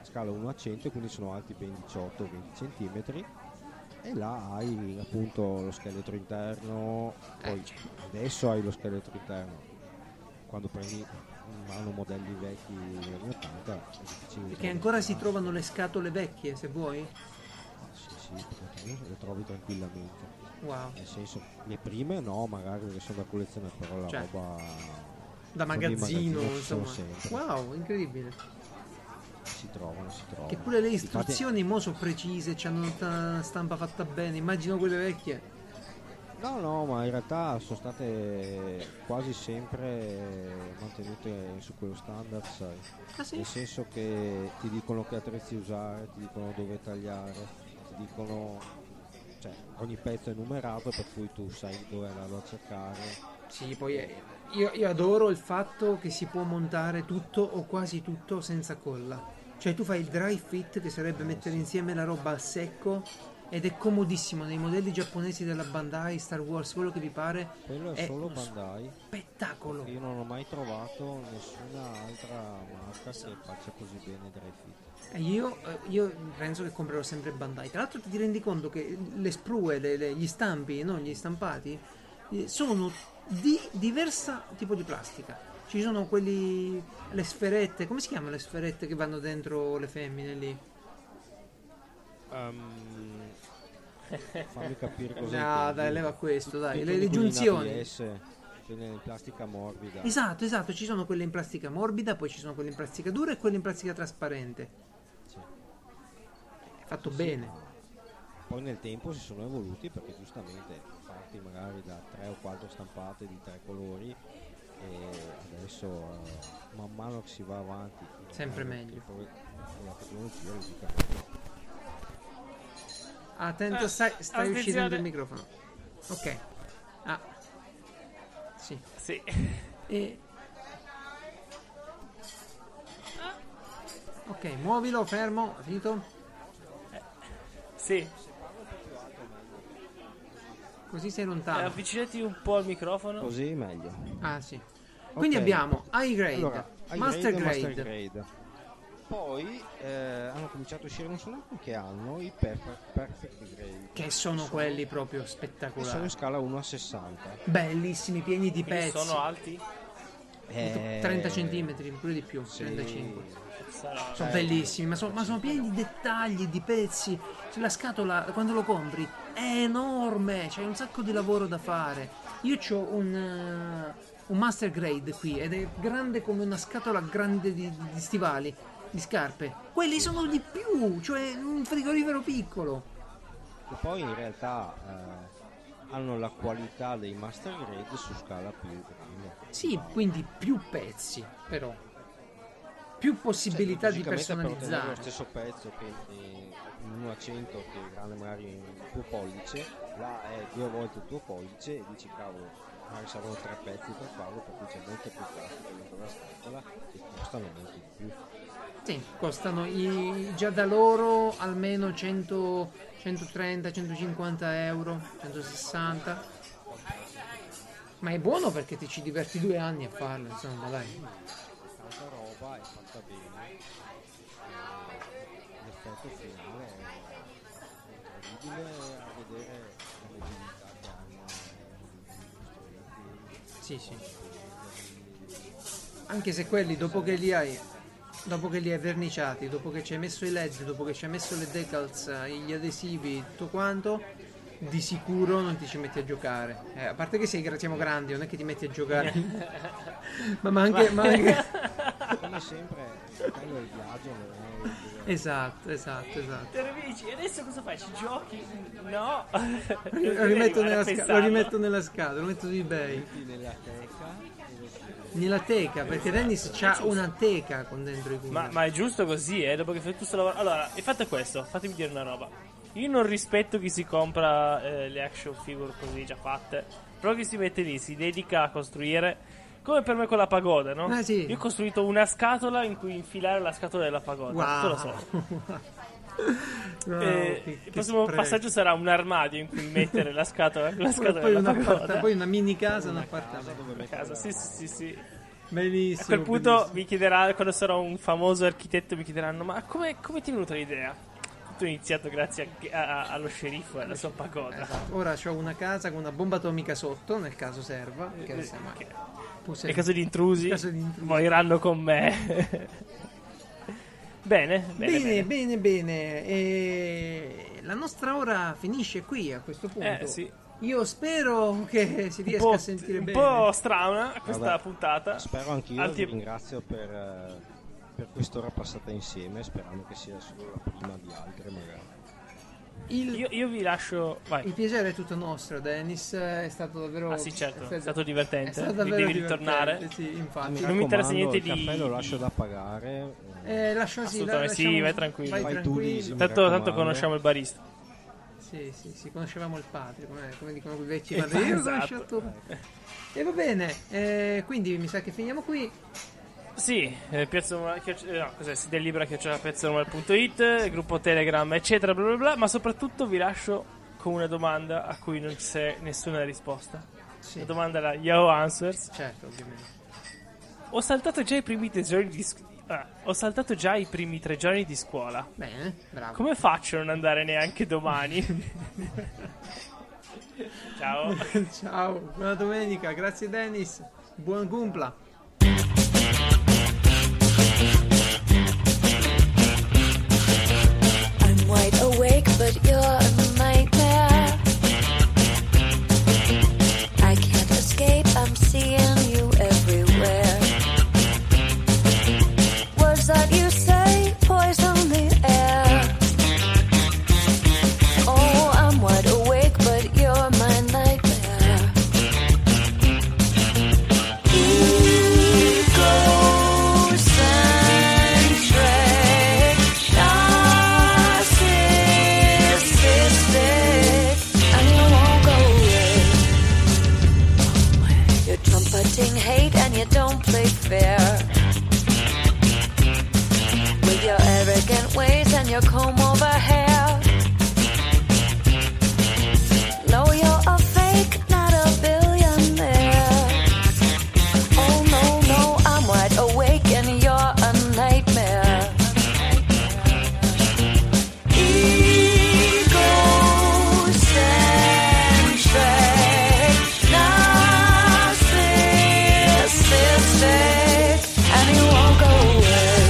scala uno a cento, quindi sono alti ben diciotto venti centimetri, e là hai appunto lo scheletro interno. Poi adesso hai lo scheletro interno, quando prendi in mano modelli vecchi degli anni ottanta è difficile, perché ancora si trovano le scatole vecchie, se vuoi. sì sì, le trovi tranquillamente. Wow. Nel senso, le prime no, magari perché sono da collezione, però la Cioè, roba da quando in magazzino, magazzino ci sono insomma. sempre. Wow, incredibile. Si trovano, si trovano. Che pure le Infatti- istruzioni mo sono precise, c'hanno tutta una stampa fatta bene, immagino quelle vecchie. No, no, ma in realtà sono state quasi sempre mantenute su quello standard, sai. Ah sì? Nel senso che ti dicono che attrezzi usare, ti dicono dove tagliare, ti dicono, cioè ogni pezzo è numerato, per cui tu sai dove andarlo a cercare. Sì, poi eh, io, io adoro il fatto che si può montare tutto o quasi tutto senza colla. Cioè tu fai il dry fit, che sarebbe mettere insieme la roba al secco, ed è comodissimo nei modelli giapponesi della Bandai, Star Wars, quello che vi pare. Quello è, È solo uno Bandai. spettacolo. Io non ho mai trovato nessuna altra marca che faccia così bene dry fit. E io, eh, io penso che comprerò sempre Bandai. Tra l'altro ti rendi conto che le sprue, le- le- gli stampi, no? Gli stampati, eh, sono di diversa tipo di plastica. Ci sono quelli, le sferette, come si chiamano le sferette che vanno dentro le femmine lì? Um, fammi capire cosa No, intendi. dai, leva questo, dai, Tutti le, le quelli in giunzioni. A B S, quelle in plastica morbida. Esatto, esatto, ci sono quelle in plastica morbida, poi ci sono quelle in plastica dura e quelle in plastica trasparente. Sì. È fatto Sì, bene. ma poi nel tempo si sono evoluti, perché giustamente parti magari da tre o quattro stampate di tre colori, e adesso eh, man mano che si va avanti Sempre magari meglio. poi con la tecnologia logicamente. Attento, Ah, stai, stai attenzione. uscendo il microfono. Ok. Ah. Sì. Sì. E... Ok, muovilo, fermo, finito. Sì. Così sei Eh, lontano. avvicinati un po' al microfono. Così meglio. Ah, sì. Quindi Ok. abbiamo high grade, Allora, high master grade e grade. master grade. Poi eh, hanno cominciato a uscire, non so neanche che anno, i perfect, perfect grade, Che sono quelli proprio che sono spettacolari. in scala uno a sessanta. Bellissimi, pieni di Quindi pezzi. sono alti. Eh, trenta centimetri, pure di più, sì. trentacinque. Sarà- Sono Eh, bellissimi, ma sono, ma sono pieni di dettagli, di pezzi. Cioè, la scatola, quando lo compri, è enorme, c'è un sacco di lavoro da fare. Io ho un, eh, un master grade qui ed è grande come una scatola grande di, di stivali, di scarpe. Quelli sono di più, cioè un frigorifero piccolo. E poi in realtà eh, hanno la qualità dei master grade su scala più grande. Sì, quindi più pezzi, però. Più possibilità di Logicamente, per ottenere lo personalizzare. stesso pezzo che in uno a cento, che è grande magari il tuo pollice, là è due volte il tuo pollice, e dici cavolo, magari servono tre pezzi per farlo, per cui c'è molto più plastica dentro la scatola e costano molto di più. Sì, costano i- già da loro almeno cento, centotrenta, centocinquanta euro, centosessanta. Ma è buono perché ti ci diverti due anni a farlo, insomma, dai. Tanta roba, è fatta bene, e l'effetto finale è incredibile a vedere la mobilità che hanno gli strumenti. Sì, sì. Anche se quelli dopo che li hai dopo che li hai verniciati, dopo che ci hai messo i led, dopo che ci hai messo le decals, gli adesivi, tutto quanto, di sicuro non ti ci metti a giocare. Eh, a parte che sei, siamo grandi, non è che ti metti a giocare. ma, ma anche, ma anche... Come sempre, quello è il viaggio, non è il Esatto, esatto, esatto. Te ne dici, e adesso cosa fai? Ci giochi? No. Lo rimetto, nella sca- lo rimetto nella scatola, lo metto su eBay. metti nella teca e lo si Nella teca, perché Dennis c'ha una teca con dentro i culi. Ma, ma è giusto così, eh? Dopo che fai tutto questo lavoro. Allora, il fatto è questo, fatemi dire una roba. Io non rispetto chi si compra eh, le action figure così già fatte. Però chi si mette lì, si dedica a costruire. Come per me con la pagoda, no? Ah, sì. Io ho costruito una scatola in cui infilare la scatola della pagoda. Wow. Tu lo so. Wow, Eh, che- il che prossimo spreco. passaggio sarà un armadio in cui mettere la scatola, la scatola poi, della una pagoda. apparta- poi una mini casa, un casa appartamento. dove A mettere casa, la sì, roba. sì, sì, sì. Benissimo. A quel punto benissimo. mi chiederà, quando sarò un famoso architetto, mi chiederanno: ma come, come ti è venuta l'idea? Tutto è iniziato grazie a, a, allo sceriffo e alla sua pagoda. Esatto. Ora ho una casa con una bomba atomica sotto, nel caso serva. Che Eh, insomma, che- può Nel servire. caso di intrusi, Nel caso di intrusi. moriranno con me. Bene, bene, Bene, bene. bene, bene. E la nostra ora finisce qui a questo punto. Eh, sì. Io spero che si Un riesca po', a sentire un bene. po' strana questa Vabbè, puntata. Spero anch'io, Alti- vi ringrazio per, eh, per quest'ora passata insieme, sperando che sia solo la prima di altre magari. Il, Io, io vi lascio. Vai. il piacere è tutto nostro, Dennis. È stato davvero. Ah, sì, certo, È è stato divertente. è stato Devi davvero ritornare. divertente, Sì, infatti. Non mi interessa niente il di- caffè lo lascio da pagare. eh, Eh, lascia, sì, Assolutamente, la- sì, lasciamo- vai tranquillo. Vai Vai tu, tranquillo. Lisi. Mi Tanto, tanto raccomando. conosciamo il barista. Sì, sì, sì, conoscevamo il padre, come, come dicono quei vecchi Eh, padri. Io ho esatto. conosciuto- E va bene, eh, quindi mi sa che finiamo qui. Sì, eh, Piazza Roma- chioc- eh, no, cos'è? Si delibera chiocciola piazzaromal punto it, gruppo Telegram, eccetera, bla bla bla. Ma soprattutto vi lascio con una domanda a cui non c'è nessuna risposta. Sì, La domanda è la Yahoo Answers. certo, ovviamente. Ho saltato già i primi tre giorni di scu- ah, ho saltato già i primi tre giorni di scuola. Bene, bravo. Come faccio a non andare neanche domani? Ciao. Ciao, buona domenica, grazie Dennis. Buon Gumpla. I'm wide awake, but you're a nightmare. I can't escape, I'm seeing you everywhere. Words that you say poison the air. Oh, I'm wide awake, but you're my nightmare. Egocentric, narcissistic, and you won't go away. You're trumpeting hate and you don't play fair. With your arrogant ways and your comb over hair. No, you're a fake, not a billionaire. Oh no, no, I'm wide awake and you're a nightmare. Egocentric, narcissistic, and you won't go away.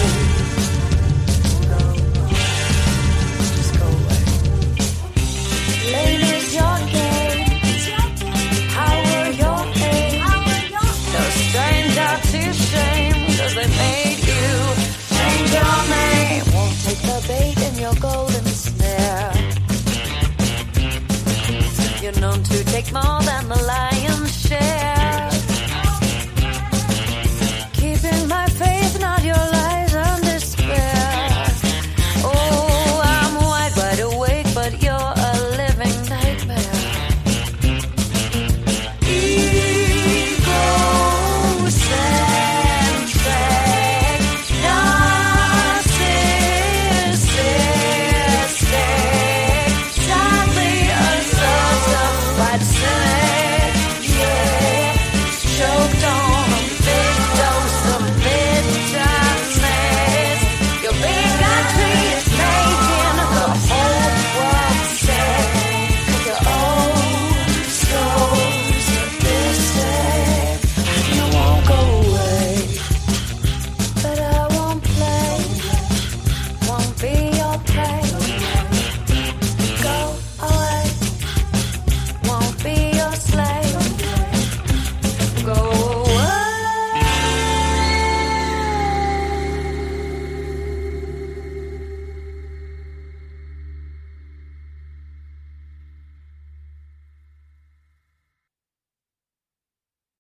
Just go away. Lame is your game. How were your aim? No stranger to shame, 'cause they made you change your name. Won't take the bait in your golden snare. You're known to take more than the lion's share.